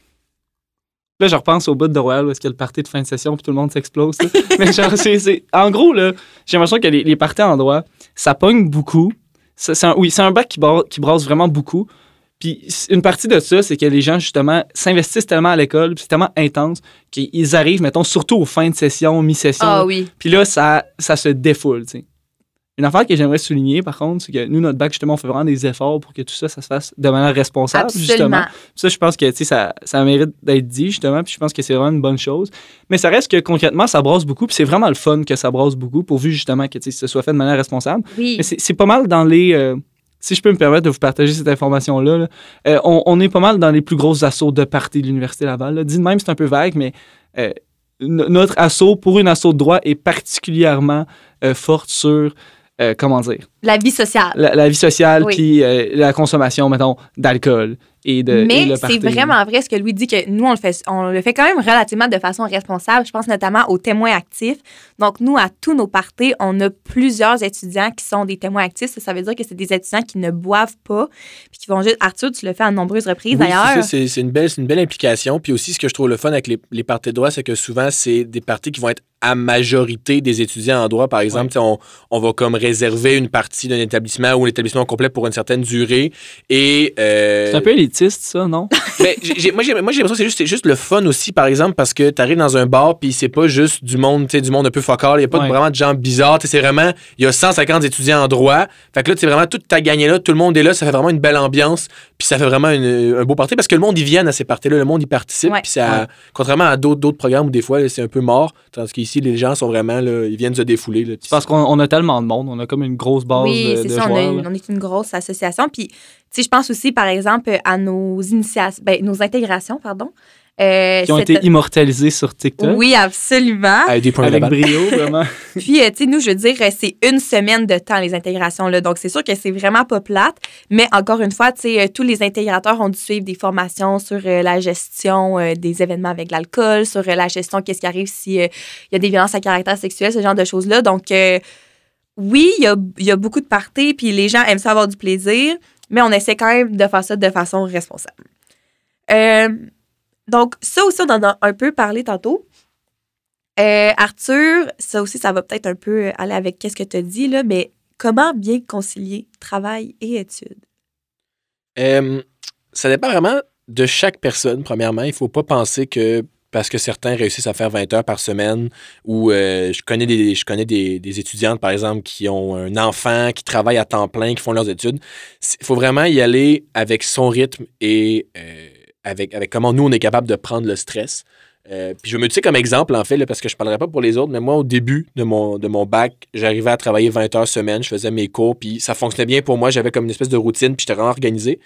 Speaker 3: Là, je repense au bout de Royal où est-ce qu'il y a le party de fin de session puis tout le monde s'explose. là. Mais genre, c'est, c'est- en gros, là, j'ai l'impression que les, les parties en droit, ça pogne beaucoup. Ça- c'est un- oui, c'est un bac qui, bra- qui brasse vraiment beaucoup. Puis une partie de ça, c'est que les gens, justement, s'investissent tellement à l'école, puis c'est tellement intense qu'ils arrivent, mettons, surtout aux fins de session, mi-session.
Speaker 1: Ah
Speaker 3: là.
Speaker 1: oui.
Speaker 3: Puis là, ça, ça se défoule, tu sais. Une affaire que j'aimerais souligner, par contre, c'est que nous, notre bac, justement, on fait vraiment des efforts pour que tout ça, ça se fasse de manière responsable, justement.
Speaker 1: Absolument.
Speaker 3: Puis ça, je pense que, tu sais, ça, ça mérite d'être dit, justement, puis je pense que c'est vraiment une bonne chose. Mais ça reste que, concrètement, ça brasse beaucoup, puis c'est vraiment le fun que ça brasse beaucoup, pourvu, justement, que, tu sais, ce soit fait de manière responsable.
Speaker 1: Oui.
Speaker 3: Mais c'est, c'est pas mal dans les... euh, si je peux me permettre de vous partager cette information-là, là, euh, on, on est pas mal dans les plus grosses assauts de parties de l'Université Laval. Là. Dit de même, c'est un peu vague, mais euh, n- notre assaut, pour une assaut de droit, est particulièrement euh, forte sur, euh, comment dire,
Speaker 1: La vie sociale.
Speaker 3: la, la vie sociale,
Speaker 1: Oui.
Speaker 3: puis euh, la consommation, mettons, d'alcool et de et
Speaker 1: Mais
Speaker 3: le
Speaker 1: c'est
Speaker 3: party.
Speaker 1: vraiment vrai ce que Louis dit, que nous, on le, fait, on le fait quand même relativement de façon responsable. Je pense notamment aux témoins actifs. Donc, nous, à tous nos parties, on a plusieurs étudiants qui sont des témoins actifs. Ça, ça veut dire que c'est des étudiants qui ne boivent pas, puis qui vont juste... Arthur, tu le fais à de nombreuses reprises,
Speaker 2: Oui,
Speaker 1: d'ailleurs.
Speaker 2: c'est, ça, c'est, c'est, une belle, c'est une belle implication. Puis aussi, ce que je trouve le fun avec les, les parties de droit, c'est que souvent, c'est des parties qui vont être à majorité des étudiants en droit. Par exemple,
Speaker 3: Ouais.
Speaker 2: tu sais, on, on va comme réserver une partie d'un établissement ou l'établissement complet pour une certaine durée. Et, euh,
Speaker 3: C'est un peu élitiste, ça, non?
Speaker 2: mais j'ai, j'ai- moi, j'ai, moi, j'ai l'impression que c'est juste, c'est juste le fun aussi, par exemple, parce que tu arrives dans un bar, puis c'est pas juste du monde, tu sais, du monde un peu focal. Il n'y a pas
Speaker 3: Ouais.
Speaker 2: vraiment de gens bizarres. Tu sais, c'est vraiment, il y a cent cinquante étudiants en droit. Fait que là, c'est vraiment toute ta gagnée là. Tout le monde est là. Ça fait vraiment une belle ambiance. Puis ça fait vraiment une- un beau party parce que le monde, ils viennent à ces parties-là. Le monde, y participe.
Speaker 1: Ouais.
Speaker 2: Puis ça,
Speaker 3: Ouais.
Speaker 2: contrairement à d'autres, d'autres programmes où des fois, là, c'est un peu mort. Tandis qu'ici, les gens sont vraiment, là, ils viennent se défouler. Là,
Speaker 3: C'est parce qu'on on a tellement de monde. On a comme une grosse base
Speaker 1: Oui,
Speaker 3: de,
Speaker 1: c'est
Speaker 3: de
Speaker 1: ça. On, a
Speaker 3: joueurs.
Speaker 1: une-
Speaker 3: là.
Speaker 1: on est une grosse association. Puis, tu sais, je pense aussi, par exemple, à nos initiations, ben, nos intégrations, pardon. Euh,
Speaker 3: Qui ont
Speaker 1: cette-
Speaker 3: été immortalisés sur TikTok.
Speaker 1: Oui, absolument.
Speaker 2: Avec des points
Speaker 3: Avec
Speaker 2: de
Speaker 3: brio, vraiment.
Speaker 1: Puis, euh, tu sais, nous, je veux dire, euh, c'est une semaine de temps, les intégrations. Là. Donc, c'est sûr que c'est vraiment pas plate. Mais encore une fois, tu sais, euh, tous les intégrateurs ont dû suivre des formations sur euh, la gestion euh, des événements avec l'alcool, sur euh, la gestion, qu'est-ce qui arrive s'il y a des violences à caractère sexuel, ce genre de choses-là. Donc, euh, oui, il y a, il y a beaucoup de parties, puis les gens aiment ça avoir du plaisir, mais on essaie quand même de faire ça de façon responsable. Euh, donc, ça aussi, on en a un peu parlé tantôt. Euh, Arthur, ça aussi, ça va peut-être un peu aller avec qu'est-ce que tu as dit, là, mais comment bien concilier travail et études?
Speaker 2: Euh, ça dépend vraiment de chaque personne, premièrement. Il ne faut pas penser que parce que certains réussissent à faire vingt heures par semaine ou euh, je connais, des, je connais des, des étudiantes, par exemple, qui ont un enfant, qui travaillent à temps plein, qui font leurs études. Il faut vraiment y aller avec son rythme et euh, avec, avec comment nous, on est capable de prendre le stress. Euh, puis je me dis comme exemple, en fait, là, parce que je ne parlerai pas pour les autres, mais moi, au début de mon, de mon bac, j'arrivais à travailler vingt heures semaine, je faisais mes cours, puis ça fonctionnait bien pour moi. J'avais comme une espèce de routine, puis j'étais vraiment organisé.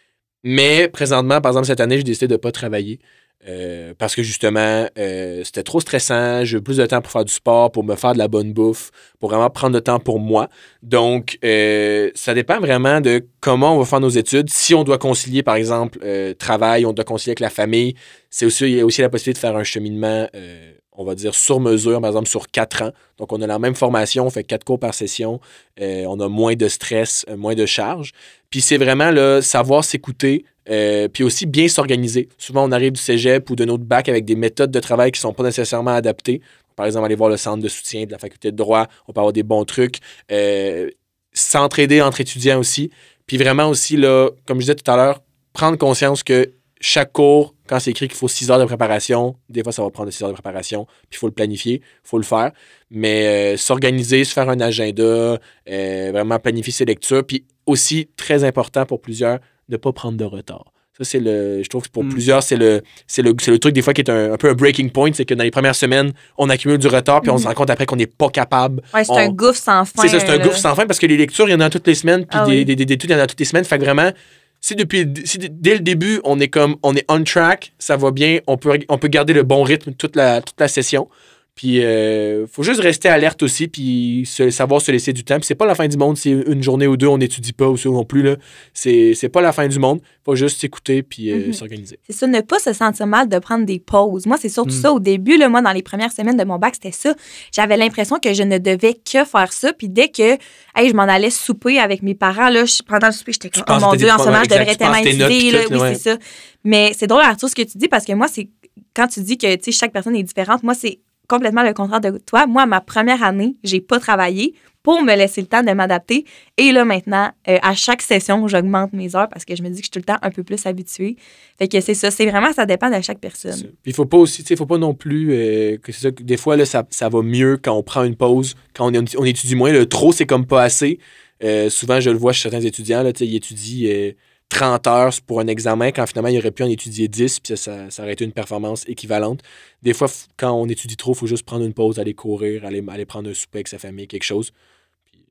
Speaker 2: Mais présentement, par exemple, cette année, j'ai décidé de ne pas travailler. Euh, parce que justement, euh, c'était trop stressant. J'ai eu plus de temps pour faire du sport, pour me faire de la bonne bouffe, pour vraiment prendre le temps pour moi. Donc, euh, ça dépend vraiment de comment on va faire nos études. Si on doit concilier, par exemple, euh, travail, on doit concilier avec la famille, c'est aussi, il y a aussi la possibilité de faire un cheminement, euh, on va dire, sur mesure, par exemple, sur quatre ans. Donc, on a la même formation, on fait quatre cours par session, euh, on a moins de stress, moins de charge. Puis c'est vraiment là, savoir s'écouter, euh, puis aussi bien s'organiser. Souvent, on arrive du cégep ou de notre bac avec des méthodes de travail qui ne sont pas nécessairement adaptées. Par exemple, aller voir le centre de soutien de la faculté de droit, on peut avoir des bons trucs. Euh, s'entraider entre étudiants aussi. Puis vraiment aussi, là, comme je disais tout à l'heure, prendre conscience que chaque cours, quand c'est écrit qu'il faut six heures de préparation, des fois, ça va prendre six heures de préparation, puis il faut le planifier, il faut le faire. Mais euh, s'organiser, se faire un agenda, euh, vraiment planifier ses lectures, puis aussi, très important pour plusieurs, de ne pas prendre de retard. Ça, c'est le. Je trouve que pour mm. plusieurs, c'est le, c'est, le, c'est le truc des fois qui est un, un peu un breaking point, c'est que dans les premières semaines, on accumule du retard, puis mm. on se rend compte après qu'on n'est pas capable.
Speaker 1: Ouais, c'est
Speaker 2: on...
Speaker 1: un gouffre sans fin.
Speaker 2: C'est ça, c'est un
Speaker 1: là.
Speaker 2: gouffre sans fin parce que les lectures, il y en a toutes les semaines, puis
Speaker 1: ah,
Speaker 2: des,
Speaker 1: oui.
Speaker 2: des, des, des études, il y en a toutes les semaines. Fait que vraiment, si depuis si dès le début, on est comme on est on track, ça va bien, on peut, on peut garder le bon rythme toute la, toute la session. Puis, il euh, faut juste rester alerte aussi, puis se, savoir se laisser du temps. Puis, c'est pas la fin du monde si une journée ou deux, on n'étudie pas ou ça non plus. Là. C'est, c'est pas la fin du monde. Faut juste s'écouter puis euh, mm-hmm. s'organiser.
Speaker 1: C'est ça, ne pas se sentir mal de prendre des pauses. Moi, c'est surtout mm. ça. Au début, là, moi, dans les premières semaines de mon bac, c'était ça. J'avais l'impression que je ne devais que faire ça. Puis, dès que hey, je m'en allais souper avec mes parents, là, je, pendant le souper, j'étais comme, oh mon Dieu, en ce moment, je devrais tellement étudier. Là. Oui, ouais. c'est ça. Mais c'est drôle, Arthur, ce que tu dis, parce que moi, c'est quand tu dis que chaque personne est différente, moi, c'est complètement le contraire de toi. Moi, ma première année, j'ai pas travaillé pour me laisser le temps de m'adapter. Et là, maintenant, euh, à chaque session, j'augmente mes heures parce que je me dis que je suis tout le temps un peu plus habituée. Fait que c'est ça. C'est vraiment, ça dépend de chaque personne.
Speaker 2: Puis il faut pas aussi, tu sais, il faut pas non plus euh, que c'est ça. Des fois, là, ça, ça va mieux quand on prend une pause, quand on, on étudie moins. Le trop, c'est comme pas assez. Euh, souvent, je le vois chez certains étudiants, là, tu sais, ils étudient euh, trente heures pour un examen, quand finalement, il aurait pu en étudier dix, puis ça, ça, ça aurait été une performance équivalente. Des fois, quand on étudie trop, il faut juste prendre une pause, aller courir, aller, aller prendre un souper avec sa famille, quelque chose. Puis...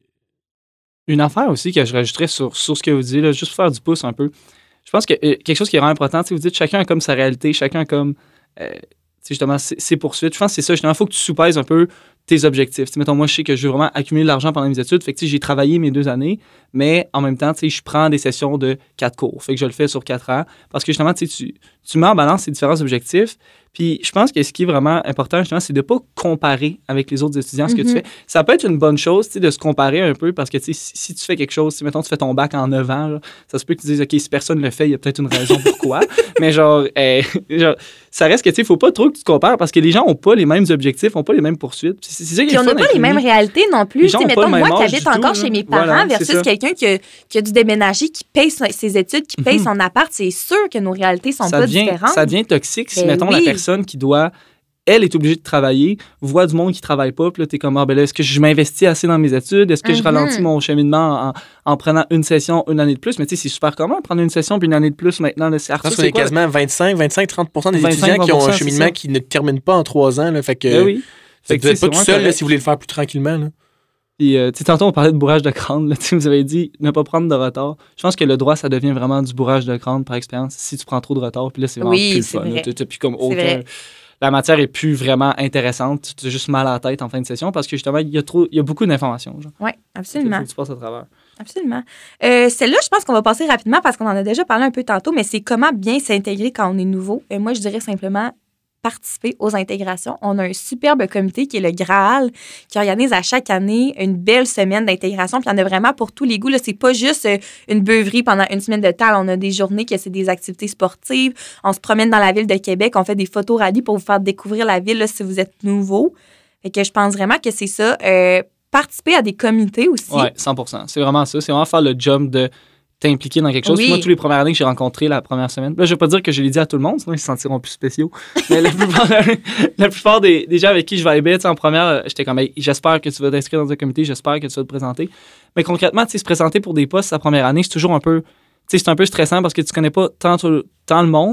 Speaker 3: Une affaire aussi que je rajouterais sur, sur ce que vous dites, là, juste pour faire du pouce un peu. Je pense que euh, quelque chose qui est vraiment important, vous dites chacun a comme sa réalité, chacun a comme euh, justement ses, ses poursuites. Je pense que c'est ça, justement, il faut que tu soupèses un peu tes objectifs. T'sais, mettons, moi, je sais que je veux vraiment accumuler de l'argent pendant mes études. Fait que j'ai travaillé mes deux années, mais en même temps, je prends des sessions de quatre cours. Fait que je le fais sur quatre ans. Parce que justement, tu, tu mets en balance ces différents objectifs. Puis je pense que ce qui est vraiment important, justement, c'est de ne pas comparer avec les autres étudiants ce que mm-hmm. tu fais. Ça peut être une bonne chose de se comparer un peu parce que si, si tu fais quelque chose, si mettons tu fais ton bac en neuf ans, là, ça se peut que tu dises, OK, si personne ne le fait, il y a peut-être une raison pourquoi. Mais genre, euh, genre, ça reste que tu sais, il ne faut pas trop que tu te compares parce que les gens n'ont pas les mêmes objectifs, n'ont pas les mêmes poursuites.
Speaker 1: C'est, c'est ça qui est on n'a pas les mêmes réalités non plus. Mettons, moi qui habite encore tout, chez mes parents voilà, versus quelqu'un qui a, qui a dû déménager, qui paye ses études, qui paye mm-hmm. son appart, c'est sûr que nos réalités sont
Speaker 3: ça
Speaker 1: pas
Speaker 3: devient,
Speaker 1: différentes.
Speaker 3: Ça devient toxique si,
Speaker 1: ben
Speaker 3: mettons,
Speaker 1: oui.
Speaker 3: la personne qui doit... Elle est obligée de travailler, voit du monde qui ne travaille pas, puis là, t'es comme, ah, ben là, est-ce que je m'investis assez dans mes études? Est-ce que mm-hmm. je ralentis mon cheminement en, en prenant une session, une année de plus? Mais tu sais, c'est super commun, prendre une session puis une année de plus maintenant. Là, c'est Arthur,
Speaker 2: je pense qu'on est
Speaker 3: quoi?
Speaker 2: Quasiment vingt-cinq, vingt-cinq, trente pour cent des étudiants qui ont un cheminement qui ne termine pas en trois ans. Là, fait que,
Speaker 3: ben oui.
Speaker 2: Fait que vous n'êtes pas tout seul là, si vous voulez le faire plus tranquillement. Là.
Speaker 3: Puis, euh, tu sais, tantôt, on parlait de bourrage de crâne. Là, vous avez dit ne pas prendre de retard. Je pense que le droit, ça devient vraiment du bourrage de crâne par expérience si tu prends trop de retard. Puis là, c'est vraiment
Speaker 1: oui,
Speaker 3: plus
Speaker 1: c'est
Speaker 3: le fun.
Speaker 1: Vrai.
Speaker 3: Tu n'as plus comme aucun... La matière est plus vraiment intéressante. Tu as juste mal à la tête en fin de session parce que justement, il y a, trop, il y a beaucoup d'informations.
Speaker 1: Oui, absolument.
Speaker 3: Il faut que tu passes à travers.
Speaker 1: Absolument. Euh, celle-là, je pense qu'on va passer rapidement parce qu'on en a déjà parlé un peu tantôt, mais c'est comment bien s'intégrer quand on est nouveau. Et moi, je dirais simplement participer aux intégrations. On a un superbe comité qui est le Graal, qui organise à chaque année une belle semaine d'intégration. Puis il y en a vraiment pour tous les goûts. Là, c'est pas juste une beuverie pendant une semaine de temps. Là, on a des journées que c'est des activités sportives. On se promène dans la ville de Québec. On fait des photos rallyes pour vous faire découvrir la ville là, si vous êtes nouveau. Fait que je pense vraiment que c'est ça. Euh, participer à des comités aussi.
Speaker 3: Oui, cent pour cent. C'est vraiment ça. C'est vraiment faire le job de t'impliquer dans quelque chose. Oui. Moi, tous les premières années que j'ai rencontré la première semaine, là, je ne vais pas dire que je l'ai dit à tout le monde, sinon ils se sentiront plus spéciaux. Mais la plupart, la plupart des, des gens avec qui je vibais, en première, j'étais comme, hey, j'espère que tu vas t'inscrire dans un comité, j'espère que tu vas te présenter. Mais concrètement, se présenter pour des postes la première année, c'est toujours un peu, c'est un peu stressant parce que tu ne connais pas tant, tant le monde.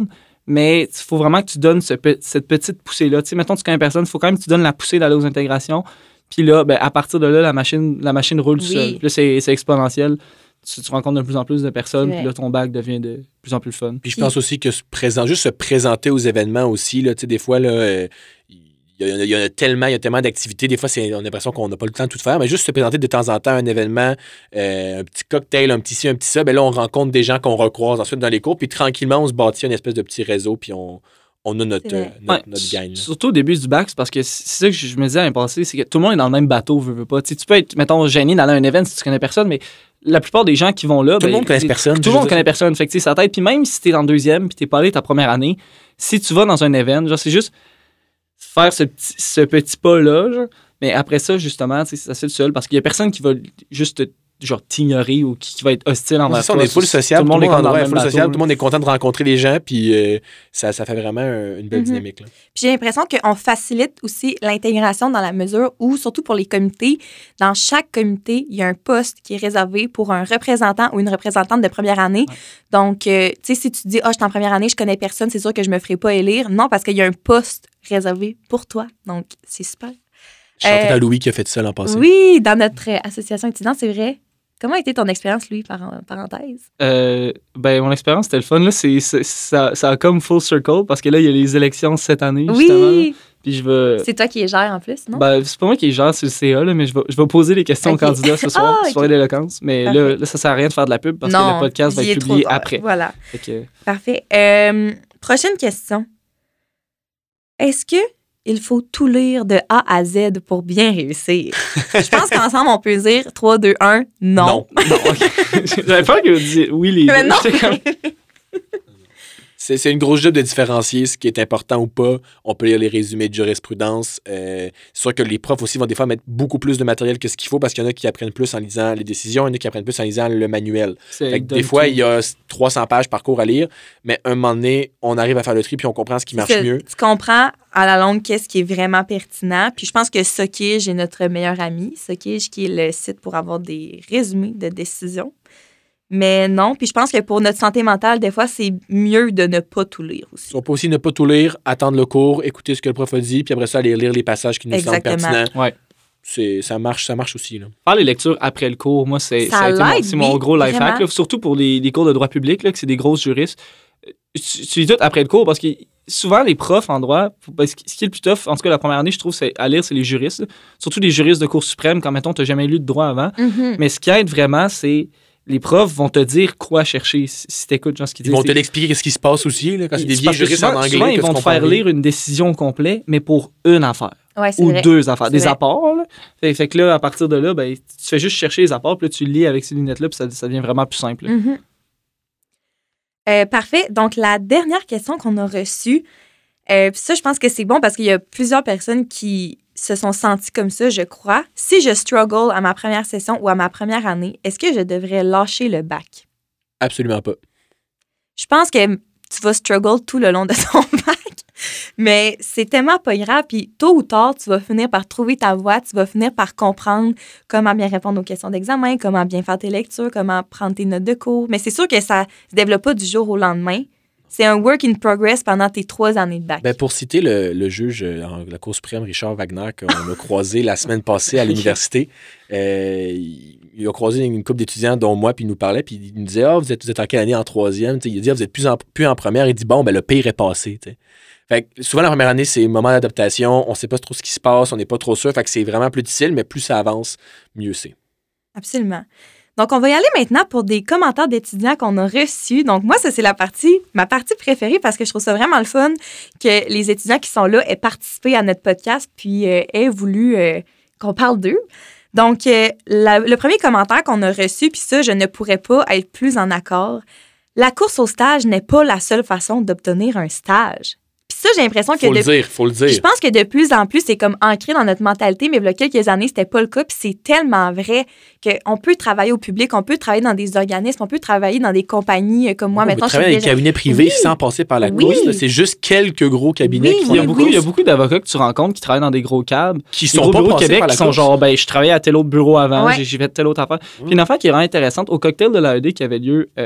Speaker 3: mais il faut vraiment que tu donnes ce pe- cette petite poussée-là. Tu sais, mettons, tu connais personne, il faut quand même que tu donnes la poussée d'aller aux intégrations. Puis là, ben, à partir de là, la machine, la machine roule tout
Speaker 1: Oui.
Speaker 3: seul. Puis là, c'est, c'est exponentiel. Tu, tu rencontres de plus en plus de personnes,
Speaker 1: Ouais.
Speaker 3: puis là, ton bac devient de plus en plus fun.
Speaker 2: Puis je pense aussi que se présent, juste se présenter aux événements aussi, là, tu sais, des fois, là, euh, il y, a- il y en a tellement, il y a tellement d'activités. Des fois, c'est, on a l'impression qu'on n'a pas le temps de tout faire, mais juste se présenter de temps en temps à un événement, euh, un petit cocktail, un petit ci, un petit ça, ben là, on rencontre des gens qu'on recroise ensuite dans les cours, puis tranquillement, on se bâtit une espèce de petit réseau, puis on, on a notre,
Speaker 1: C'est vrai.
Speaker 2: euh, notre,
Speaker 3: Ouais,
Speaker 2: notre gang. là.
Speaker 3: Surtout au début du bac, c'est parce que c'est ça que je me disais l'année passée, c'est que tout le monde est dans le même bateau, veut, veut pas. Tu sais, tu peux être, mettons, gêné d'aller à un événement si tu connais personne, mais la plupart des gens qui vont là...
Speaker 2: Tout le
Speaker 3: ben,
Speaker 2: monde connaît
Speaker 3: c'est-
Speaker 2: personne.
Speaker 3: Tout
Speaker 2: je
Speaker 3: le
Speaker 2: veux
Speaker 3: monde
Speaker 2: dire.
Speaker 3: connaît personne. Fait que, tu sais, ça t'aide. Puis même si t'es en deuxième puis t'es pas allé ta première année, si tu vas dans un événement, genre, c'est juste faire ce petit, ce petit pas-là, genre. Mais après ça, justement, tu sais, c'est assez seul parce qu'il y a personne qui va juste te- genre t'ignorer ou qui, qui va être hostile envers
Speaker 2: C'est ça,
Speaker 3: toi.
Speaker 2: on est full
Speaker 3: Tout
Speaker 2: social,
Speaker 3: le monde est
Speaker 2: est
Speaker 3: comme dans le
Speaker 2: est
Speaker 3: même
Speaker 2: full
Speaker 3: bateau,
Speaker 2: social,
Speaker 3: là.
Speaker 2: tout le monde est content de rencontrer les gens, puis euh, ça, ça fait vraiment un- une belle
Speaker 1: Mhm.
Speaker 2: dynamique. Là.
Speaker 1: Puis j'ai l'impression qu'on facilite aussi l'intégration dans la mesure où, surtout pour les comités, dans chaque comité, il y a un poste qui est réservé pour un représentant ou une représentante de première année.
Speaker 3: Ouais.
Speaker 1: Donc, euh, tu sais, si tu dis « Ah, je suis en première année, je connais personne, c'est sûr que je me ferai pas élire. » Non, parce qu'il y a un poste réservé pour toi. Donc, c'est super.
Speaker 2: Je chantais
Speaker 1: Euh,
Speaker 2: à Louis qui a fait ça l'an passé.
Speaker 1: Oui, dans notre euh, association étudiante, c'est vrai. Comment a été ton expérience, Louis, par parenthèse?
Speaker 3: Euh, ben, mon expérience, c'était le fun. Là, c'est, c'est- ça, ça a comme full circle parce que là, il y a les élections cette année, justement. là.
Speaker 1: Oui!
Speaker 3: Puis je vais...
Speaker 1: C'est toi qui les gères en plus, non?
Speaker 3: Ben, c'est pas moi qui gère sur le C A, là, mais je vais, je vais poser les questions
Speaker 1: Ok.
Speaker 3: aux candidats ce soir,
Speaker 1: Ah, ok.
Speaker 3: soirée d'éloquence. Mais là,
Speaker 1: Parfait.
Speaker 3: là, ça sert à rien de faire de la pub parce
Speaker 1: non,
Speaker 3: que le podcast va
Speaker 1: il est
Speaker 3: être
Speaker 1: trop
Speaker 3: publié
Speaker 1: tard.
Speaker 3: après.
Speaker 1: Voilà.
Speaker 3: Fait que,
Speaker 1: Parfait. Euh, prochaine question. Est-ce que il faut tout lire de A à Z pour bien réussir? Je pense qu'ensemble, on peut dire trois, deux, un, non.
Speaker 2: Non.
Speaker 3: non, ok. J'avais peur que vous disiez oui les
Speaker 1: Mais
Speaker 3: deux.
Speaker 1: non!
Speaker 3: J'étais comme-
Speaker 2: C'est, c'est une grosse job de différencier ce qui est important ou pas. On peut lire les résumés de jurisprudence. Euh, c'est sûr que les profs aussi vont des fois mettre beaucoup plus de matériel que ce qu'il faut parce qu'il y en a qui apprennent plus en lisant les décisions, il y en a qui apprennent plus en lisant le manuel.
Speaker 3: C'est
Speaker 2: Fait que
Speaker 3: donne
Speaker 2: des fois,
Speaker 3: tout.
Speaker 2: il y a trois cents pages par cours à lire, mais un moment donné, on arrive à faire le tri puis on comprend ce qui marche
Speaker 1: C'est-
Speaker 2: mieux.
Speaker 1: Tu comprends à la longue qu'est-ce qui est vraiment pertinent. Puis je pense que Sokige est notre meilleur ami. Sokige qui est le site pour avoir des résumés de décisions. Mais non, puis je pense que pour notre santé mentale, des fois, c'est mieux de ne pas tout lire aussi.
Speaker 2: On peut aussi ne pas tout lire, attendre le cours, écouter ce que le prof a dit, puis après ça, aller lire les passages qui nous semblent
Speaker 1: Exactement.
Speaker 2: pertinents.
Speaker 3: Ouais.
Speaker 2: C'est, ça, marche, ça marche aussi. Là.
Speaker 3: Faire les lectures après le cours, moi, c'est,
Speaker 1: Ça
Speaker 3: ça a été mon,
Speaker 1: l'aide,
Speaker 3: c'est mon
Speaker 1: oui,
Speaker 3: gros life hack.
Speaker 1: vraiment.
Speaker 3: là. Surtout pour les, les cours de droit public, là, que c'est des grosses juristes. Euh, Tu, tu lis tout après le cours parce que souvent, les profs en droit, parce que ce qui est le plus tough, en tout cas la première année, je trouve, c'est à lire, c'est les juristes. là. Surtout les juristes de Cour suprême, quand, mettons, tu n'as jamais lu de droit avant.
Speaker 1: Mhm.
Speaker 3: Mais ce qui aide vraiment, c'est les profs vont te dire quoi chercher si, si tu écoutes ce qu'ils
Speaker 2: Ils
Speaker 3: disent.
Speaker 2: vont te l'expliquer ce qui se passe aussi, là, quand c'est des
Speaker 3: C'est
Speaker 2: vieilles
Speaker 3: parce que
Speaker 2: juristes
Speaker 3: souvent,
Speaker 2: en anglais.
Speaker 3: souvent, ils
Speaker 2: que
Speaker 3: vont
Speaker 2: tu
Speaker 3: te
Speaker 2: comprends
Speaker 3: faire
Speaker 2: rien.
Speaker 3: lire une décision complète, mais pour une affaire.
Speaker 1: Ouais, c'est
Speaker 3: Ou
Speaker 1: vrai.
Speaker 3: deux affaires,
Speaker 1: C'est
Speaker 3: des
Speaker 1: vrai.
Speaker 3: apports. Là. Fait, fait que là, à partir de là, ben, tu fais juste chercher les apports, puis là, tu lis avec ces lunettes-là, puis ça, ça devient vraiment plus simple. là.
Speaker 1: Mhm. Euh, parfait. Donc, la dernière question qu'on a reçue, euh, puis ça, je pense que c'est bon parce qu'il y a plusieurs personnes qui se sont senties comme ça, je crois. Si je struggle à ma première session ou à ma première année, est-ce que je devrais lâcher le bac?
Speaker 2: Absolument pas.
Speaker 1: Je pense que tu vas struggle tout le long de ton bac, mais c'est tellement pas grave. Puis tôt ou tard, tu vas finir par trouver ta voie, tu vas finir par comprendre comment bien répondre aux questions d'examen, comment bien faire tes lectures, comment prendre tes notes de cours. Mais c'est sûr que ça se développe pas du jour au lendemain. C'est un work in progress pendant tes trois années de bac.
Speaker 2: Ben, pour citer le, le juge euh, en la Cour suprême, Richard Wagner, qu'on a croisé la semaine passée à l'université, euh, il, il a croisé une couple d'étudiants, dont moi, puis il nous parlait, puis il nous disait « Ah, vous êtes, vous êtes en quelle année en troisième? » Il dit ah, « Vous êtes plus en, plus en première. » Il dit « Bon, ben le pire est passé. » Fait que souvent, la première année, c'est un moment d'adaptation. On ne sait pas trop ce qui se passe, on n'est pas trop sûr. Fait que c'est vraiment plus difficile, mais plus ça avance, mieux c'est.
Speaker 1: Absolument. Donc, on va y aller maintenant pour des commentaires d'étudiants qu'on a reçus. Donc, moi, ça, c'est la partie, ma partie préférée parce que je trouve ça vraiment le fun que les étudiants qui sont là aient participé à notre podcast puis euh, aient voulu euh, qu'on parle d'eux. Donc, euh, la- le premier commentaire qu'on a reçu, puis ça, je ne pourrais pas être plus en accord. La course au stage n'est pas la seule façon d'obtenir un stage. Puis ça, j'ai l'impression que...
Speaker 2: Faut le
Speaker 1: de-
Speaker 2: dire, faut le
Speaker 1: Puis je
Speaker 2: dire.
Speaker 1: pense que de plus en plus, c'est comme ancré dans notre mentalité, mais il y a quelques années, c'était pas le cas. Puis c'est tellement vrai qu'on peut travailler au public, on peut travailler dans des organismes, on peut travailler dans des compagnies euh, comme moi.
Speaker 2: On
Speaker 1: Maintenant,
Speaker 2: peut travailler dans des cabinets privés
Speaker 1: Oui.
Speaker 2: sans passer par la
Speaker 1: Oui.
Speaker 2: course. là. C'est juste quelques gros cabinets
Speaker 1: Oui,
Speaker 2: qui font
Speaker 3: Il y, a
Speaker 2: la
Speaker 3: beaucoup, il y a
Speaker 2: course,
Speaker 3: beaucoup d'avocats que tu rencontres qui travaillent dans des gros cabs.
Speaker 2: qui
Speaker 3: Les
Speaker 2: sont
Speaker 3: gros
Speaker 2: pas
Speaker 3: bureaux au
Speaker 2: passés
Speaker 3: Québec
Speaker 2: par la
Speaker 3: qui sont
Speaker 2: course.
Speaker 3: genre, ben, je travaillais à tel autre bureau avant,
Speaker 1: Ouais.
Speaker 3: j'ai, j'ai fait tel autre affaire. Puis une affaire qui est vraiment intéressante, au cocktail de l'A E D qui avait lieu euh,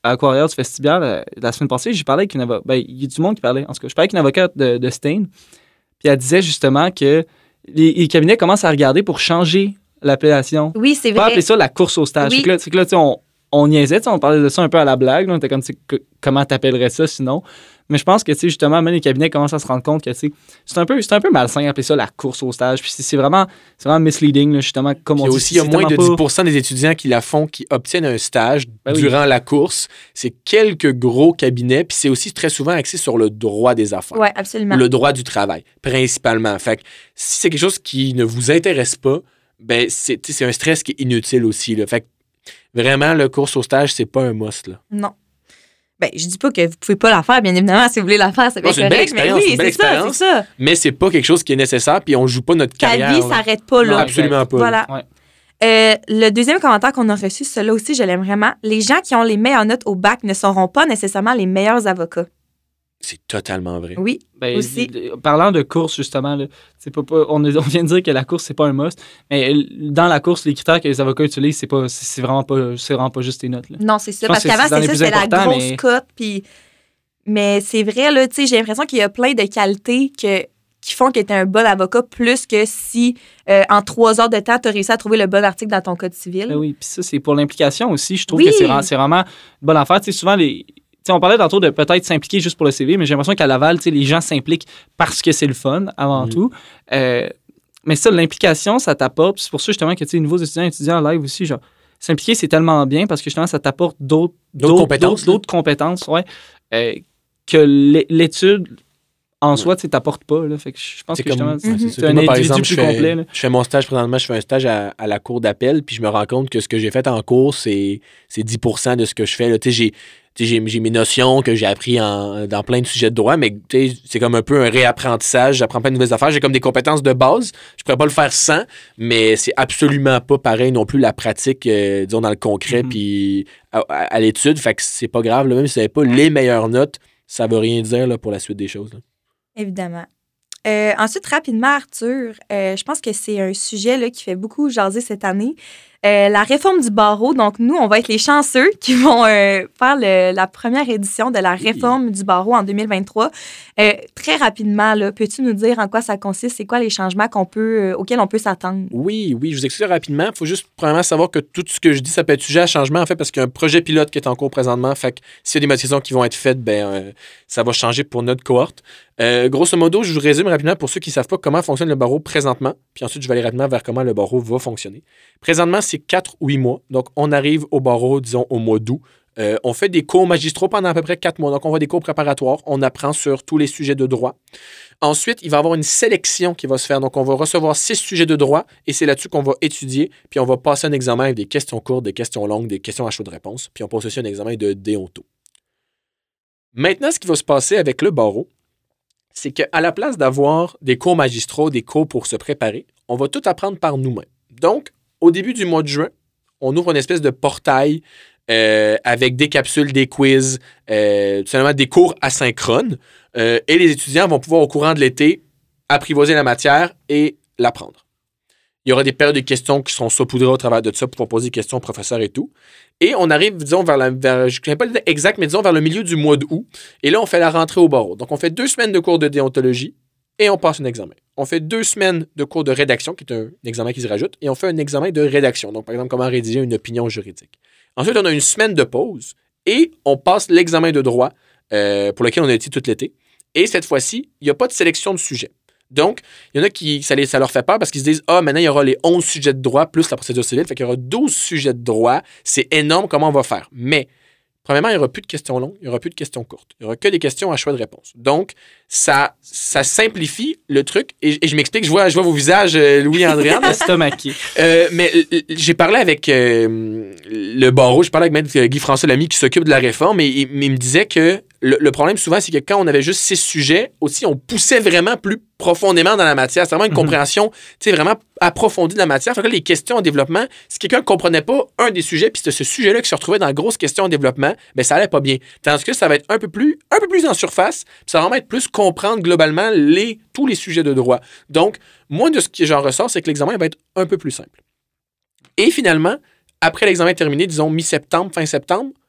Speaker 3: à Aquaria du Festival, la, la semaine passée, j'ai parlé avec une avocate. Ben, il y a du monde qui parlait. En tout cas, je parlais avec une avocate de, de Stein. Puis elle disait justement que les, les cabinets commencent à regarder pour changer l'appellation.
Speaker 1: Oui, c'est
Speaker 3: On peut
Speaker 1: vrai.
Speaker 3: appeler ça la course au stage.
Speaker 1: Oui.
Speaker 3: C'est que là, c'est que là, tu sais, on, on niaisait, tu sais, on parlait de ça un peu à la blague. Là, on était comme, tu sais, que- comment t'appellerais ça sinon? Mais je pense que, tu sais, justement, même les cabinets commencent à se rendre compte que, tu sais, c'est un peu, c'est un peu malsain d'appeler ça la course au stage. Puis c'est, c'est vraiment, c'est vraiment misleading, là, justement, comme
Speaker 2: Puis
Speaker 3: on
Speaker 2: il y a
Speaker 3: dit.
Speaker 2: aussi il y a
Speaker 3: c'est
Speaker 2: moins de
Speaker 3: tellement
Speaker 2: dix
Speaker 3: pas-
Speaker 2: pour cent des étudiants qui la font qui obtiennent un stage
Speaker 3: Ben oui.
Speaker 2: durant la course. C'est quelques gros cabinets, puis c'est aussi très souvent axé sur le droit des affaires.
Speaker 1: Oui, absolument.
Speaker 2: Le droit du travail, principalement. Fait que si c'est quelque chose qui ne vous intéresse pas, ben c'est, tu sais, c'est un stress qui est inutile aussi. Là. Fait que vraiment, le course au stage, c'est pas un must. Là.
Speaker 1: Non. Ben, je dis pas que vous pouvez pas la faire, bien évidemment, si vous voulez la faire, c'est bien
Speaker 2: Non, c'est une belle
Speaker 1: correct, mais
Speaker 2: expérience,
Speaker 1: oui,
Speaker 2: c'est une belle
Speaker 1: c'est ça, c'est
Speaker 2: expérience.
Speaker 1: ça.
Speaker 2: Mais c'est pas quelque chose qui est nécessaire, puis on joue pas notre
Speaker 1: Ta
Speaker 2: carrière.
Speaker 1: vie
Speaker 2: là.
Speaker 1: s'arrête pas là.
Speaker 3: Non,
Speaker 2: Absolument pas. là.
Speaker 1: Voilà.
Speaker 3: Ouais.
Speaker 1: Euh, le deuxième commentaire qu'on a reçu, celui-là aussi, je l'aime vraiment. Les gens qui ont les meilleures notes au bac ne seront pas nécessairement les meilleurs avocats.
Speaker 2: C'est totalement vrai.
Speaker 1: Oui,
Speaker 3: Ben,
Speaker 1: aussi.
Speaker 3: d- d- parlant de course, justement, là, c'est pas, pas- on, a- on vient de dire que la course, c'est pas un must, mais l- dans la course, les critères que les avocats utilisent, c'est, pas, c'est, c'est, vraiment, pas, c'est vraiment pas juste tes notes. Là.
Speaker 1: Non, c'est ça.
Speaker 3: Je pense
Speaker 1: Parce
Speaker 3: que
Speaker 1: qu'avant,
Speaker 3: c'est dans
Speaker 1: c'est
Speaker 3: les
Speaker 1: ça,
Speaker 3: plus
Speaker 1: c'était la
Speaker 3: importants,
Speaker 1: grosse
Speaker 3: mais-
Speaker 1: cote. Puis... Mais c'est vrai, là, tu sais, j'ai l'impression qu'il y a plein de qualités que... qui font que tu es un bon avocat plus que si, euh, en trois heures de temps, tu as réussi à trouver le bon article dans ton code civil.
Speaker 3: Ben oui, puis ça, c'est pour l'implication aussi. Je trouve
Speaker 1: Oui.
Speaker 3: que c'est, vraiment- c'est vraiment une bonne affaire. Tu sais, souvent, les... tu sais, on parlait tantôt de peut-être s'impliquer juste pour le C V, mais j'ai l'impression qu'à Laval, tu sais, les gens s'impliquent parce que c'est le fun, avant
Speaker 2: Mhm.
Speaker 3: tout. Euh, mais ça, l'implication, ça t'apporte. Puis c'est pour ça, justement, que tu sais, les nouveaux étudiants, étudiants en live aussi, genre, s'impliquer, c'est tellement bien parce que, justement, ça t'apporte d'autres,
Speaker 2: D'autres compétences,
Speaker 3: D'autres, d'autres compétences, ouais, euh, que l'é- l'étude en soi, tu sais, t'apporte pas. Là. Fait que je pense
Speaker 2: C'est
Speaker 3: que,
Speaker 2: comme,
Speaker 3: justement,
Speaker 2: ouais,
Speaker 3: c'est,
Speaker 2: c'est sûr
Speaker 3: c'est
Speaker 2: que
Speaker 3: un
Speaker 2: moi, par
Speaker 3: individu
Speaker 2: exemple, je
Speaker 3: plus
Speaker 2: fais,
Speaker 3: complet. Là.
Speaker 2: je fais mon stage présentement, je fais un stage à, à la cour d'appel, puis je me rends compte que ce que j'ai fait en cours, c'est, c'est dix pour cent de ce que je fais. Là. Tu sais, j'ai, tu sais, j'ai, j'ai mes notions que j'ai appris en, dans plein de sujets de droit, mais tu sais, c'est comme un peu un réapprentissage. J'apprends plein de nouvelles affaires. J'ai comme des compétences de base. Je pourrais pas le faire sans, mais c'est absolument pas pareil non plus la pratique, euh, disons, dans le concret,
Speaker 3: Mhm.
Speaker 2: puis à, à- à l'étude. Fait que c'est pas grave. Là, même si vous n'avez pas les meilleures notes, ça veut rien dire là, pour la suite des choses. Là.
Speaker 1: Évidemment. Euh, ensuite, rapidement, Arthur, euh, je pense que c'est un sujet là, qui fait beaucoup jaser cette année. Euh, la réforme du barreau. Donc, nous, on va être les chanceux qui vont euh, faire le- la première édition de la réforme du barreau en deux mille vingt-trois. Euh, très rapidement, là, peux-tu nous dire en quoi ça consiste? C'est quoi les changements qu'on peut, euh, auxquels on peut s'attendre?
Speaker 2: Oui, oui, je vous explique rapidement. Il faut juste, premièrement, savoir que tout ce que je dis, ça peut être sujet à changement, en fait, parce qu'il y a un projet pilote qui est en cours présentement. Fait que s'il y a des modifications qui vont être faites, ben, euh, ça va changer pour notre cohorte. Euh, grosso modo, je vous résume rapidement pour ceux qui ne savent pas comment fonctionne le barreau présentement, puis ensuite, je vais aller rapidement vers comment le barreau va fonctionner. Présentement, c'est quatre ou huit mois. Donc, on arrive au barreau, disons, au mois d'août. Euh, on fait des cours magistraux pendant à peu près quatre mois. Donc, on voit des cours préparatoires. On apprend sur tous les sujets de droit. Ensuite, il va y avoir une sélection qui va se faire. Donc, on va recevoir six sujets de droit et c'est là-dessus qu'on va étudier. Puis, on va passer un examen avec des questions courtes, des questions longues, des questions à choix de réponse. Puis, on passe aussi un examen de déonto. Maintenant, ce qui va se passer avec le barreau, c'est qu'à la place d'avoir des cours magistraux, des cours pour se préparer, on va tout apprendre par nous-mêmes. Donc, au début du mois de juin, on ouvre une espèce de portail euh, avec des capsules, des quiz, euh, tout simplement des cours asynchrones. Euh, et les étudiants vont pouvoir, au courant de l'été, apprivoiser la matière et l'apprendre. Il y aura des périodes de questions qui seront saupoudrées au travers de ça pour pouvoir poser des questions aux professeurs et tout. Et on arrive, disons, vers la. Vers, je ne connais pas le date exact, mais disons vers le milieu du mois d'août. Et là, on fait la rentrée au barreau. Donc, on fait deux semaines de cours de déontologie et on passe un examen. On fait deux semaines de cours de rédaction, qui est un examen qui se rajoute, et on fait un examen de rédaction. Donc, par exemple, comment rédiger une opinion juridique. Ensuite, on a une semaine de pause et on passe l'examen de droit euh, pour lequel on a été tout l'été. Et cette fois-ci, il n'y a pas de sélection de sujets. Donc, il y en a qui, ça, les, ça leur fait peur parce qu'ils se disent « Ah, maintenant, il y aura les onze sujets de droit plus la procédure civile. » Fait qu'il y aura douze sujets de droit. C'est énorme, comment on va faire? Mais, premièrement, il n'y aura plus de questions longues, il n'y aura plus de questions courtes. Il n'y aura que des questions à choix de réponse. Donc, ça, ça simplifie le truc. Et, et je m'explique, je vois, je vois vos visages, euh, Louis et Andréane.
Speaker 3: Estomaqué.
Speaker 2: Euh, mais euh, j'ai parlé avec euh, le barreau, j'ai parlé avec Maître Guy-François Lamy qui s'occupe de la réforme et il, il me disait que le, le problème souvent, c'est que quand on avait juste six sujets, aussi, on poussait vraiment plus profondément dans la matière. C'est vraiment une
Speaker 3: Mhm.
Speaker 2: compréhension, tu sais, vraiment approfondie de la matière. Fait que là, les questions en développement, si quelqu'un ne comprenait pas un des sujets, puis c'était ce sujet-là qui se retrouvait dans la grosse question en développement, ben ça allait pas bien. Tandis que ça va être un peu plus, un peu plus en surface, puis ça va vraiment être plus comprendre globalement les, tous les sujets de droit. Donc, moi, de ce que j'en ressors, c'est que l'examen va être un peu plus simple. Et finalement, après l'examen terminé, disons mi-septembre, fin septembre,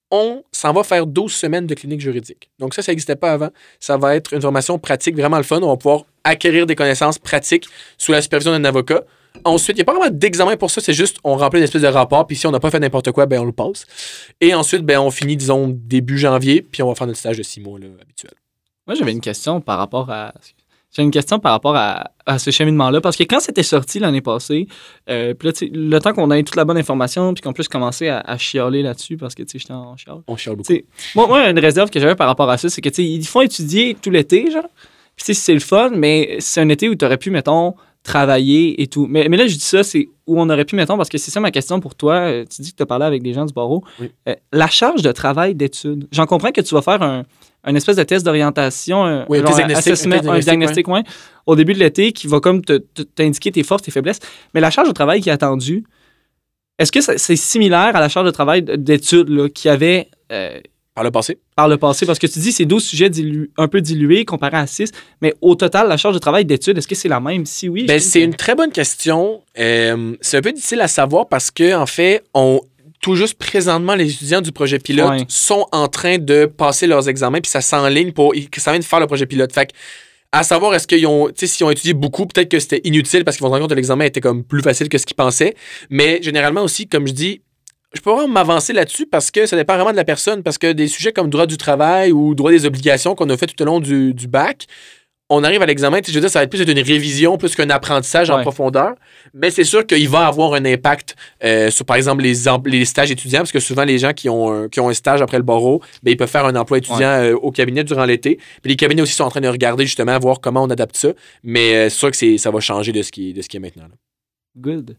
Speaker 2: on s'en va faire douze semaines de clinique juridique. Donc ça, ça n'existait pas avant. Ça va être une formation pratique vraiment le fun. On va pouvoir acquérir des connaissances pratiques sous la supervision d'un avocat. Ensuite, il n'y a pas vraiment d'examen pour ça, c'est juste on remplit une espèce de rapport, puis si on n'a pas fait n'importe quoi, ben on le passe. Et ensuite, ben on finit, disons, début janvier, puis on va faire notre stage de six mois là, habituel.
Speaker 3: Moi, j'avais une question par rapport à... J'ai une question par rapport à, à ce cheminement-là, parce que quand c'était sorti l'année passée, euh, puis là, le temps qu'on ait toute la bonne information, puis qu'on puisse commencer à, à chialer là-dessus, parce que, tu sais, j'étais en chiale.
Speaker 2: On chiale beaucoup.
Speaker 3: Moi, moi, une réserve que j'avais par rapport à ça, c'est que, tu sais, ils font étudier tout l'été, genre, puis tu sais, c'est le fun, mais c'est un été où tu aurais pu, mettons, travailler et tout. Mais, mais là, je dis ça, c'est où on aurait pu, mettons, parce que c'est ça ma question pour toi. Tu dis que tu as parlé avec des gens du barreau.
Speaker 2: Oui.
Speaker 3: Euh, la charge de travail d'études. J'en comprends que tu vas faire un, un espèce de test d'orientation, un,
Speaker 2: oui,
Speaker 3: genre,
Speaker 2: un diagnostic,
Speaker 3: assessment,
Speaker 2: un diagnostic,
Speaker 3: un diagnostic ouais. Ouais, au début de l'été qui va comme te, te, t'indiquer tes forces, tes faiblesses. Mais la charge de travail qui est attendue, est-ce que ça, c'est similaire à la charge de travail d'études là, qu'il y avait... Euh,
Speaker 2: Par le passé?
Speaker 3: Par le passé, parce que tu dis c'est douze sujets dilu- un peu dilués comparé à six, mais au total, la charge de travail d'études, est-ce que c'est la même? Si oui,
Speaker 2: ben, c'est
Speaker 3: que...
Speaker 2: une très bonne question. Euh, c'est un peu difficile à savoir parce que en fait, on tout juste présentement, les étudiants du projet pilote
Speaker 3: ouais.
Speaker 2: sont en train de passer leurs examens, puis ça s'enligne pour ils s'en de faire le projet pilote. Fait que, à savoir, est-ce qu'ils ont, tu sais, s'ils ont étudié beaucoup, peut-être que c'était inutile parce qu'ils vont se rendre compte que l'examen était comme plus facile que ce qu'ils pensaient. Mais généralement aussi, comme je dis, je peux vraiment m'avancer là-dessus parce que ça dépend vraiment de la personne. Parce que des sujets comme droit du travail ou droit des obligations qu'on a fait tout au long du, du bac, on arrive à l'examen, je veux dire, ça va être plus une révision plus qu'un apprentissage ouais. en profondeur. Mais c'est sûr qu'il va avoir un impact euh, sur, par exemple, les, les stages étudiants, parce que souvent, les gens qui ont un, qui ont un stage après le barreau, ben, ils peuvent faire un emploi étudiant ouais. euh, au cabinet durant l'été. Puis les cabinets aussi sont en train de regarder justement, voir comment on adapte ça. Mais euh, c'est sûr que c'est, ça va changer de ce qui, de ce qui est maintenant. Là.
Speaker 3: Good.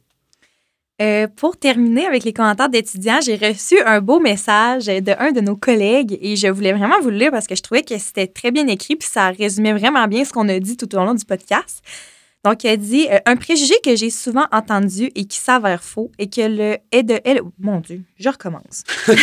Speaker 1: Euh, pour terminer avec les commentaires d'étudiants, j'ai reçu un beau message de un de nos collègues et je voulais vraiment vous le lire parce que je trouvais que c'était très bien écrit puis ça résumait vraiment bien ce qu'on a dit tout au long du podcast. Donc, elle dit euh, « Un préjugé que j'ai souvent entendu et qui s'avère faux et que le est de... Elle... Mon Dieu, je recommence.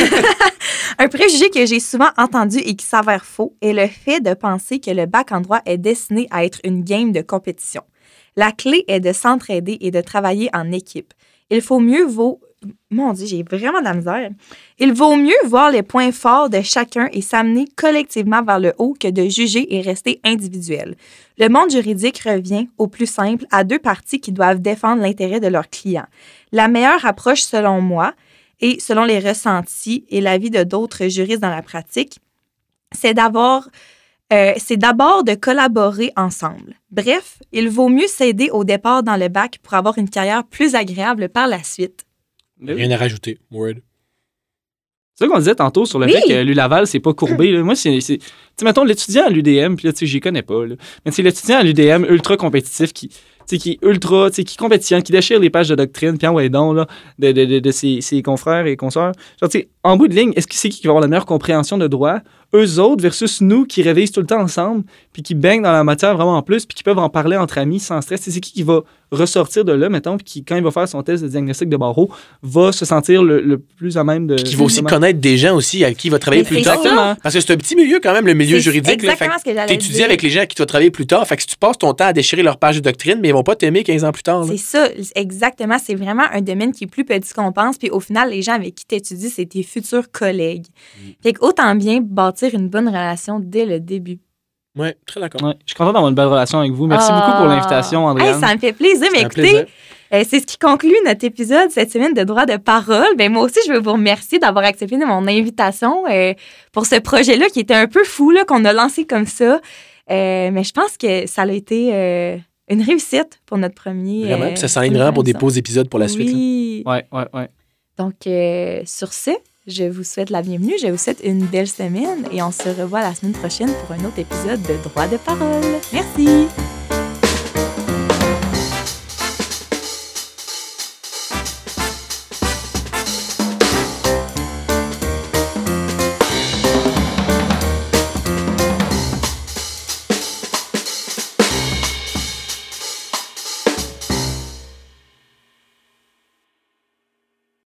Speaker 1: Un préjugé que j'ai souvent entendu et qui s'avère faux est le fait de penser que le bac en droit est destiné à être une game de compétition. La clé est de s'entraider et de travailler en équipe. Il faut mieux vaut... Mon Dieu, j'ai vraiment de la misère. Il vaut mieux voir les points forts de chacun et s'amener collectivement vers le haut que de juger et rester individuel. Le monde juridique revient, au plus simple, à deux parties qui doivent défendre l'intérêt de leurs clients. La meilleure approche, selon moi, et selon les ressentis et l'avis de d'autres juristes dans la pratique, c'est d'avoir... Euh, c'est d'abord de collaborer ensemble. Bref, il vaut mieux s'aider au départ dans le bac pour avoir une carrière plus agréable par la suite.
Speaker 2: Rien à rajouter. Word.
Speaker 3: C'est ça qu'on disait tantôt sur le
Speaker 1: oui.
Speaker 3: fait que l'U Laval, c'est pas courbé. Là. Moi, c'est. c'est... Tu sais, mettons, l'étudiant à l'U D M, puis là, tu sais, j'y connais pas. Là. Mais c'est l'étudiant à l'U D M ultra compétitif qui. T'sais, qui est ultra, t'sais, qui compétitionne, qui déchire les pages de doctrine, puis en ouais donc, là, de, de, de, de ses, ses confrères et consoeurs. Genre, t'sais, en bout de ligne, est-ce que c'est qui qui va avoir la meilleure compréhension de droit? Eux autres versus nous qui révisent tout le temps ensemble, puis qui baignent dans la matière vraiment en plus, puis qui peuvent en parler entre amis sans stress. T'sais, c'est qui qui va ressortir de là, mettons, puis qui, quand il va faire son test de diagnostic de barreau, va se sentir le, le plus à même de...
Speaker 2: Puis qui va aussi connaître des gens aussi avec qui il va travailler
Speaker 1: Mais
Speaker 2: plus tard.
Speaker 1: Ça.
Speaker 2: Parce que c'est un petit milieu quand même, le milieu
Speaker 1: c'est
Speaker 2: juridique.
Speaker 1: Exactement
Speaker 2: là,
Speaker 1: ce que j'allais
Speaker 2: t'étudies
Speaker 1: dire.
Speaker 2: avec les gens avec qui tu vas travailler plus tard. Fait que si tu passes ton temps à déchirer leur page de doctrine, mais ils vont pas t'aimer quinze ans plus tard. Là.
Speaker 1: C'est ça, exactement. C'est vraiment un domaine qui est plus petit qu'on pense. Puis au final, les gens avec qui tu étudies, c'est tes futurs collègues. Mm. Fait qu'autant bien bâtir une bonne relation dès le début.
Speaker 2: Oui, très d'accord.
Speaker 3: Ouais, je suis content d'avoir une belle relation avec vous. Merci ah. beaucoup pour l'invitation, Andréane.
Speaker 1: Hey, ça me fait plaisir. Mais écoutez, plaisir. Euh, c'est ce qui conclut notre épisode cette semaine de droit de parole. Ben, moi aussi, je veux vous remercier d'avoir accepté mon invitation euh, pour ce projet-là qui était un peu fou, là, qu'on a lancé comme ça. Euh, mais je pense que ça a été euh, une réussite pour notre premier...
Speaker 2: Vraiment,
Speaker 1: euh,
Speaker 2: puis ça s'enligne vraiment pour des beaux épisodes pour la
Speaker 1: oui.
Speaker 2: suite.
Speaker 3: Oui, oui, oui.
Speaker 1: Donc, euh, sur ce, je vous souhaite la bienvenue. Je vous souhaite une belle semaine et on se revoit la semaine prochaine pour un autre épisode de Droit de parole. Merci!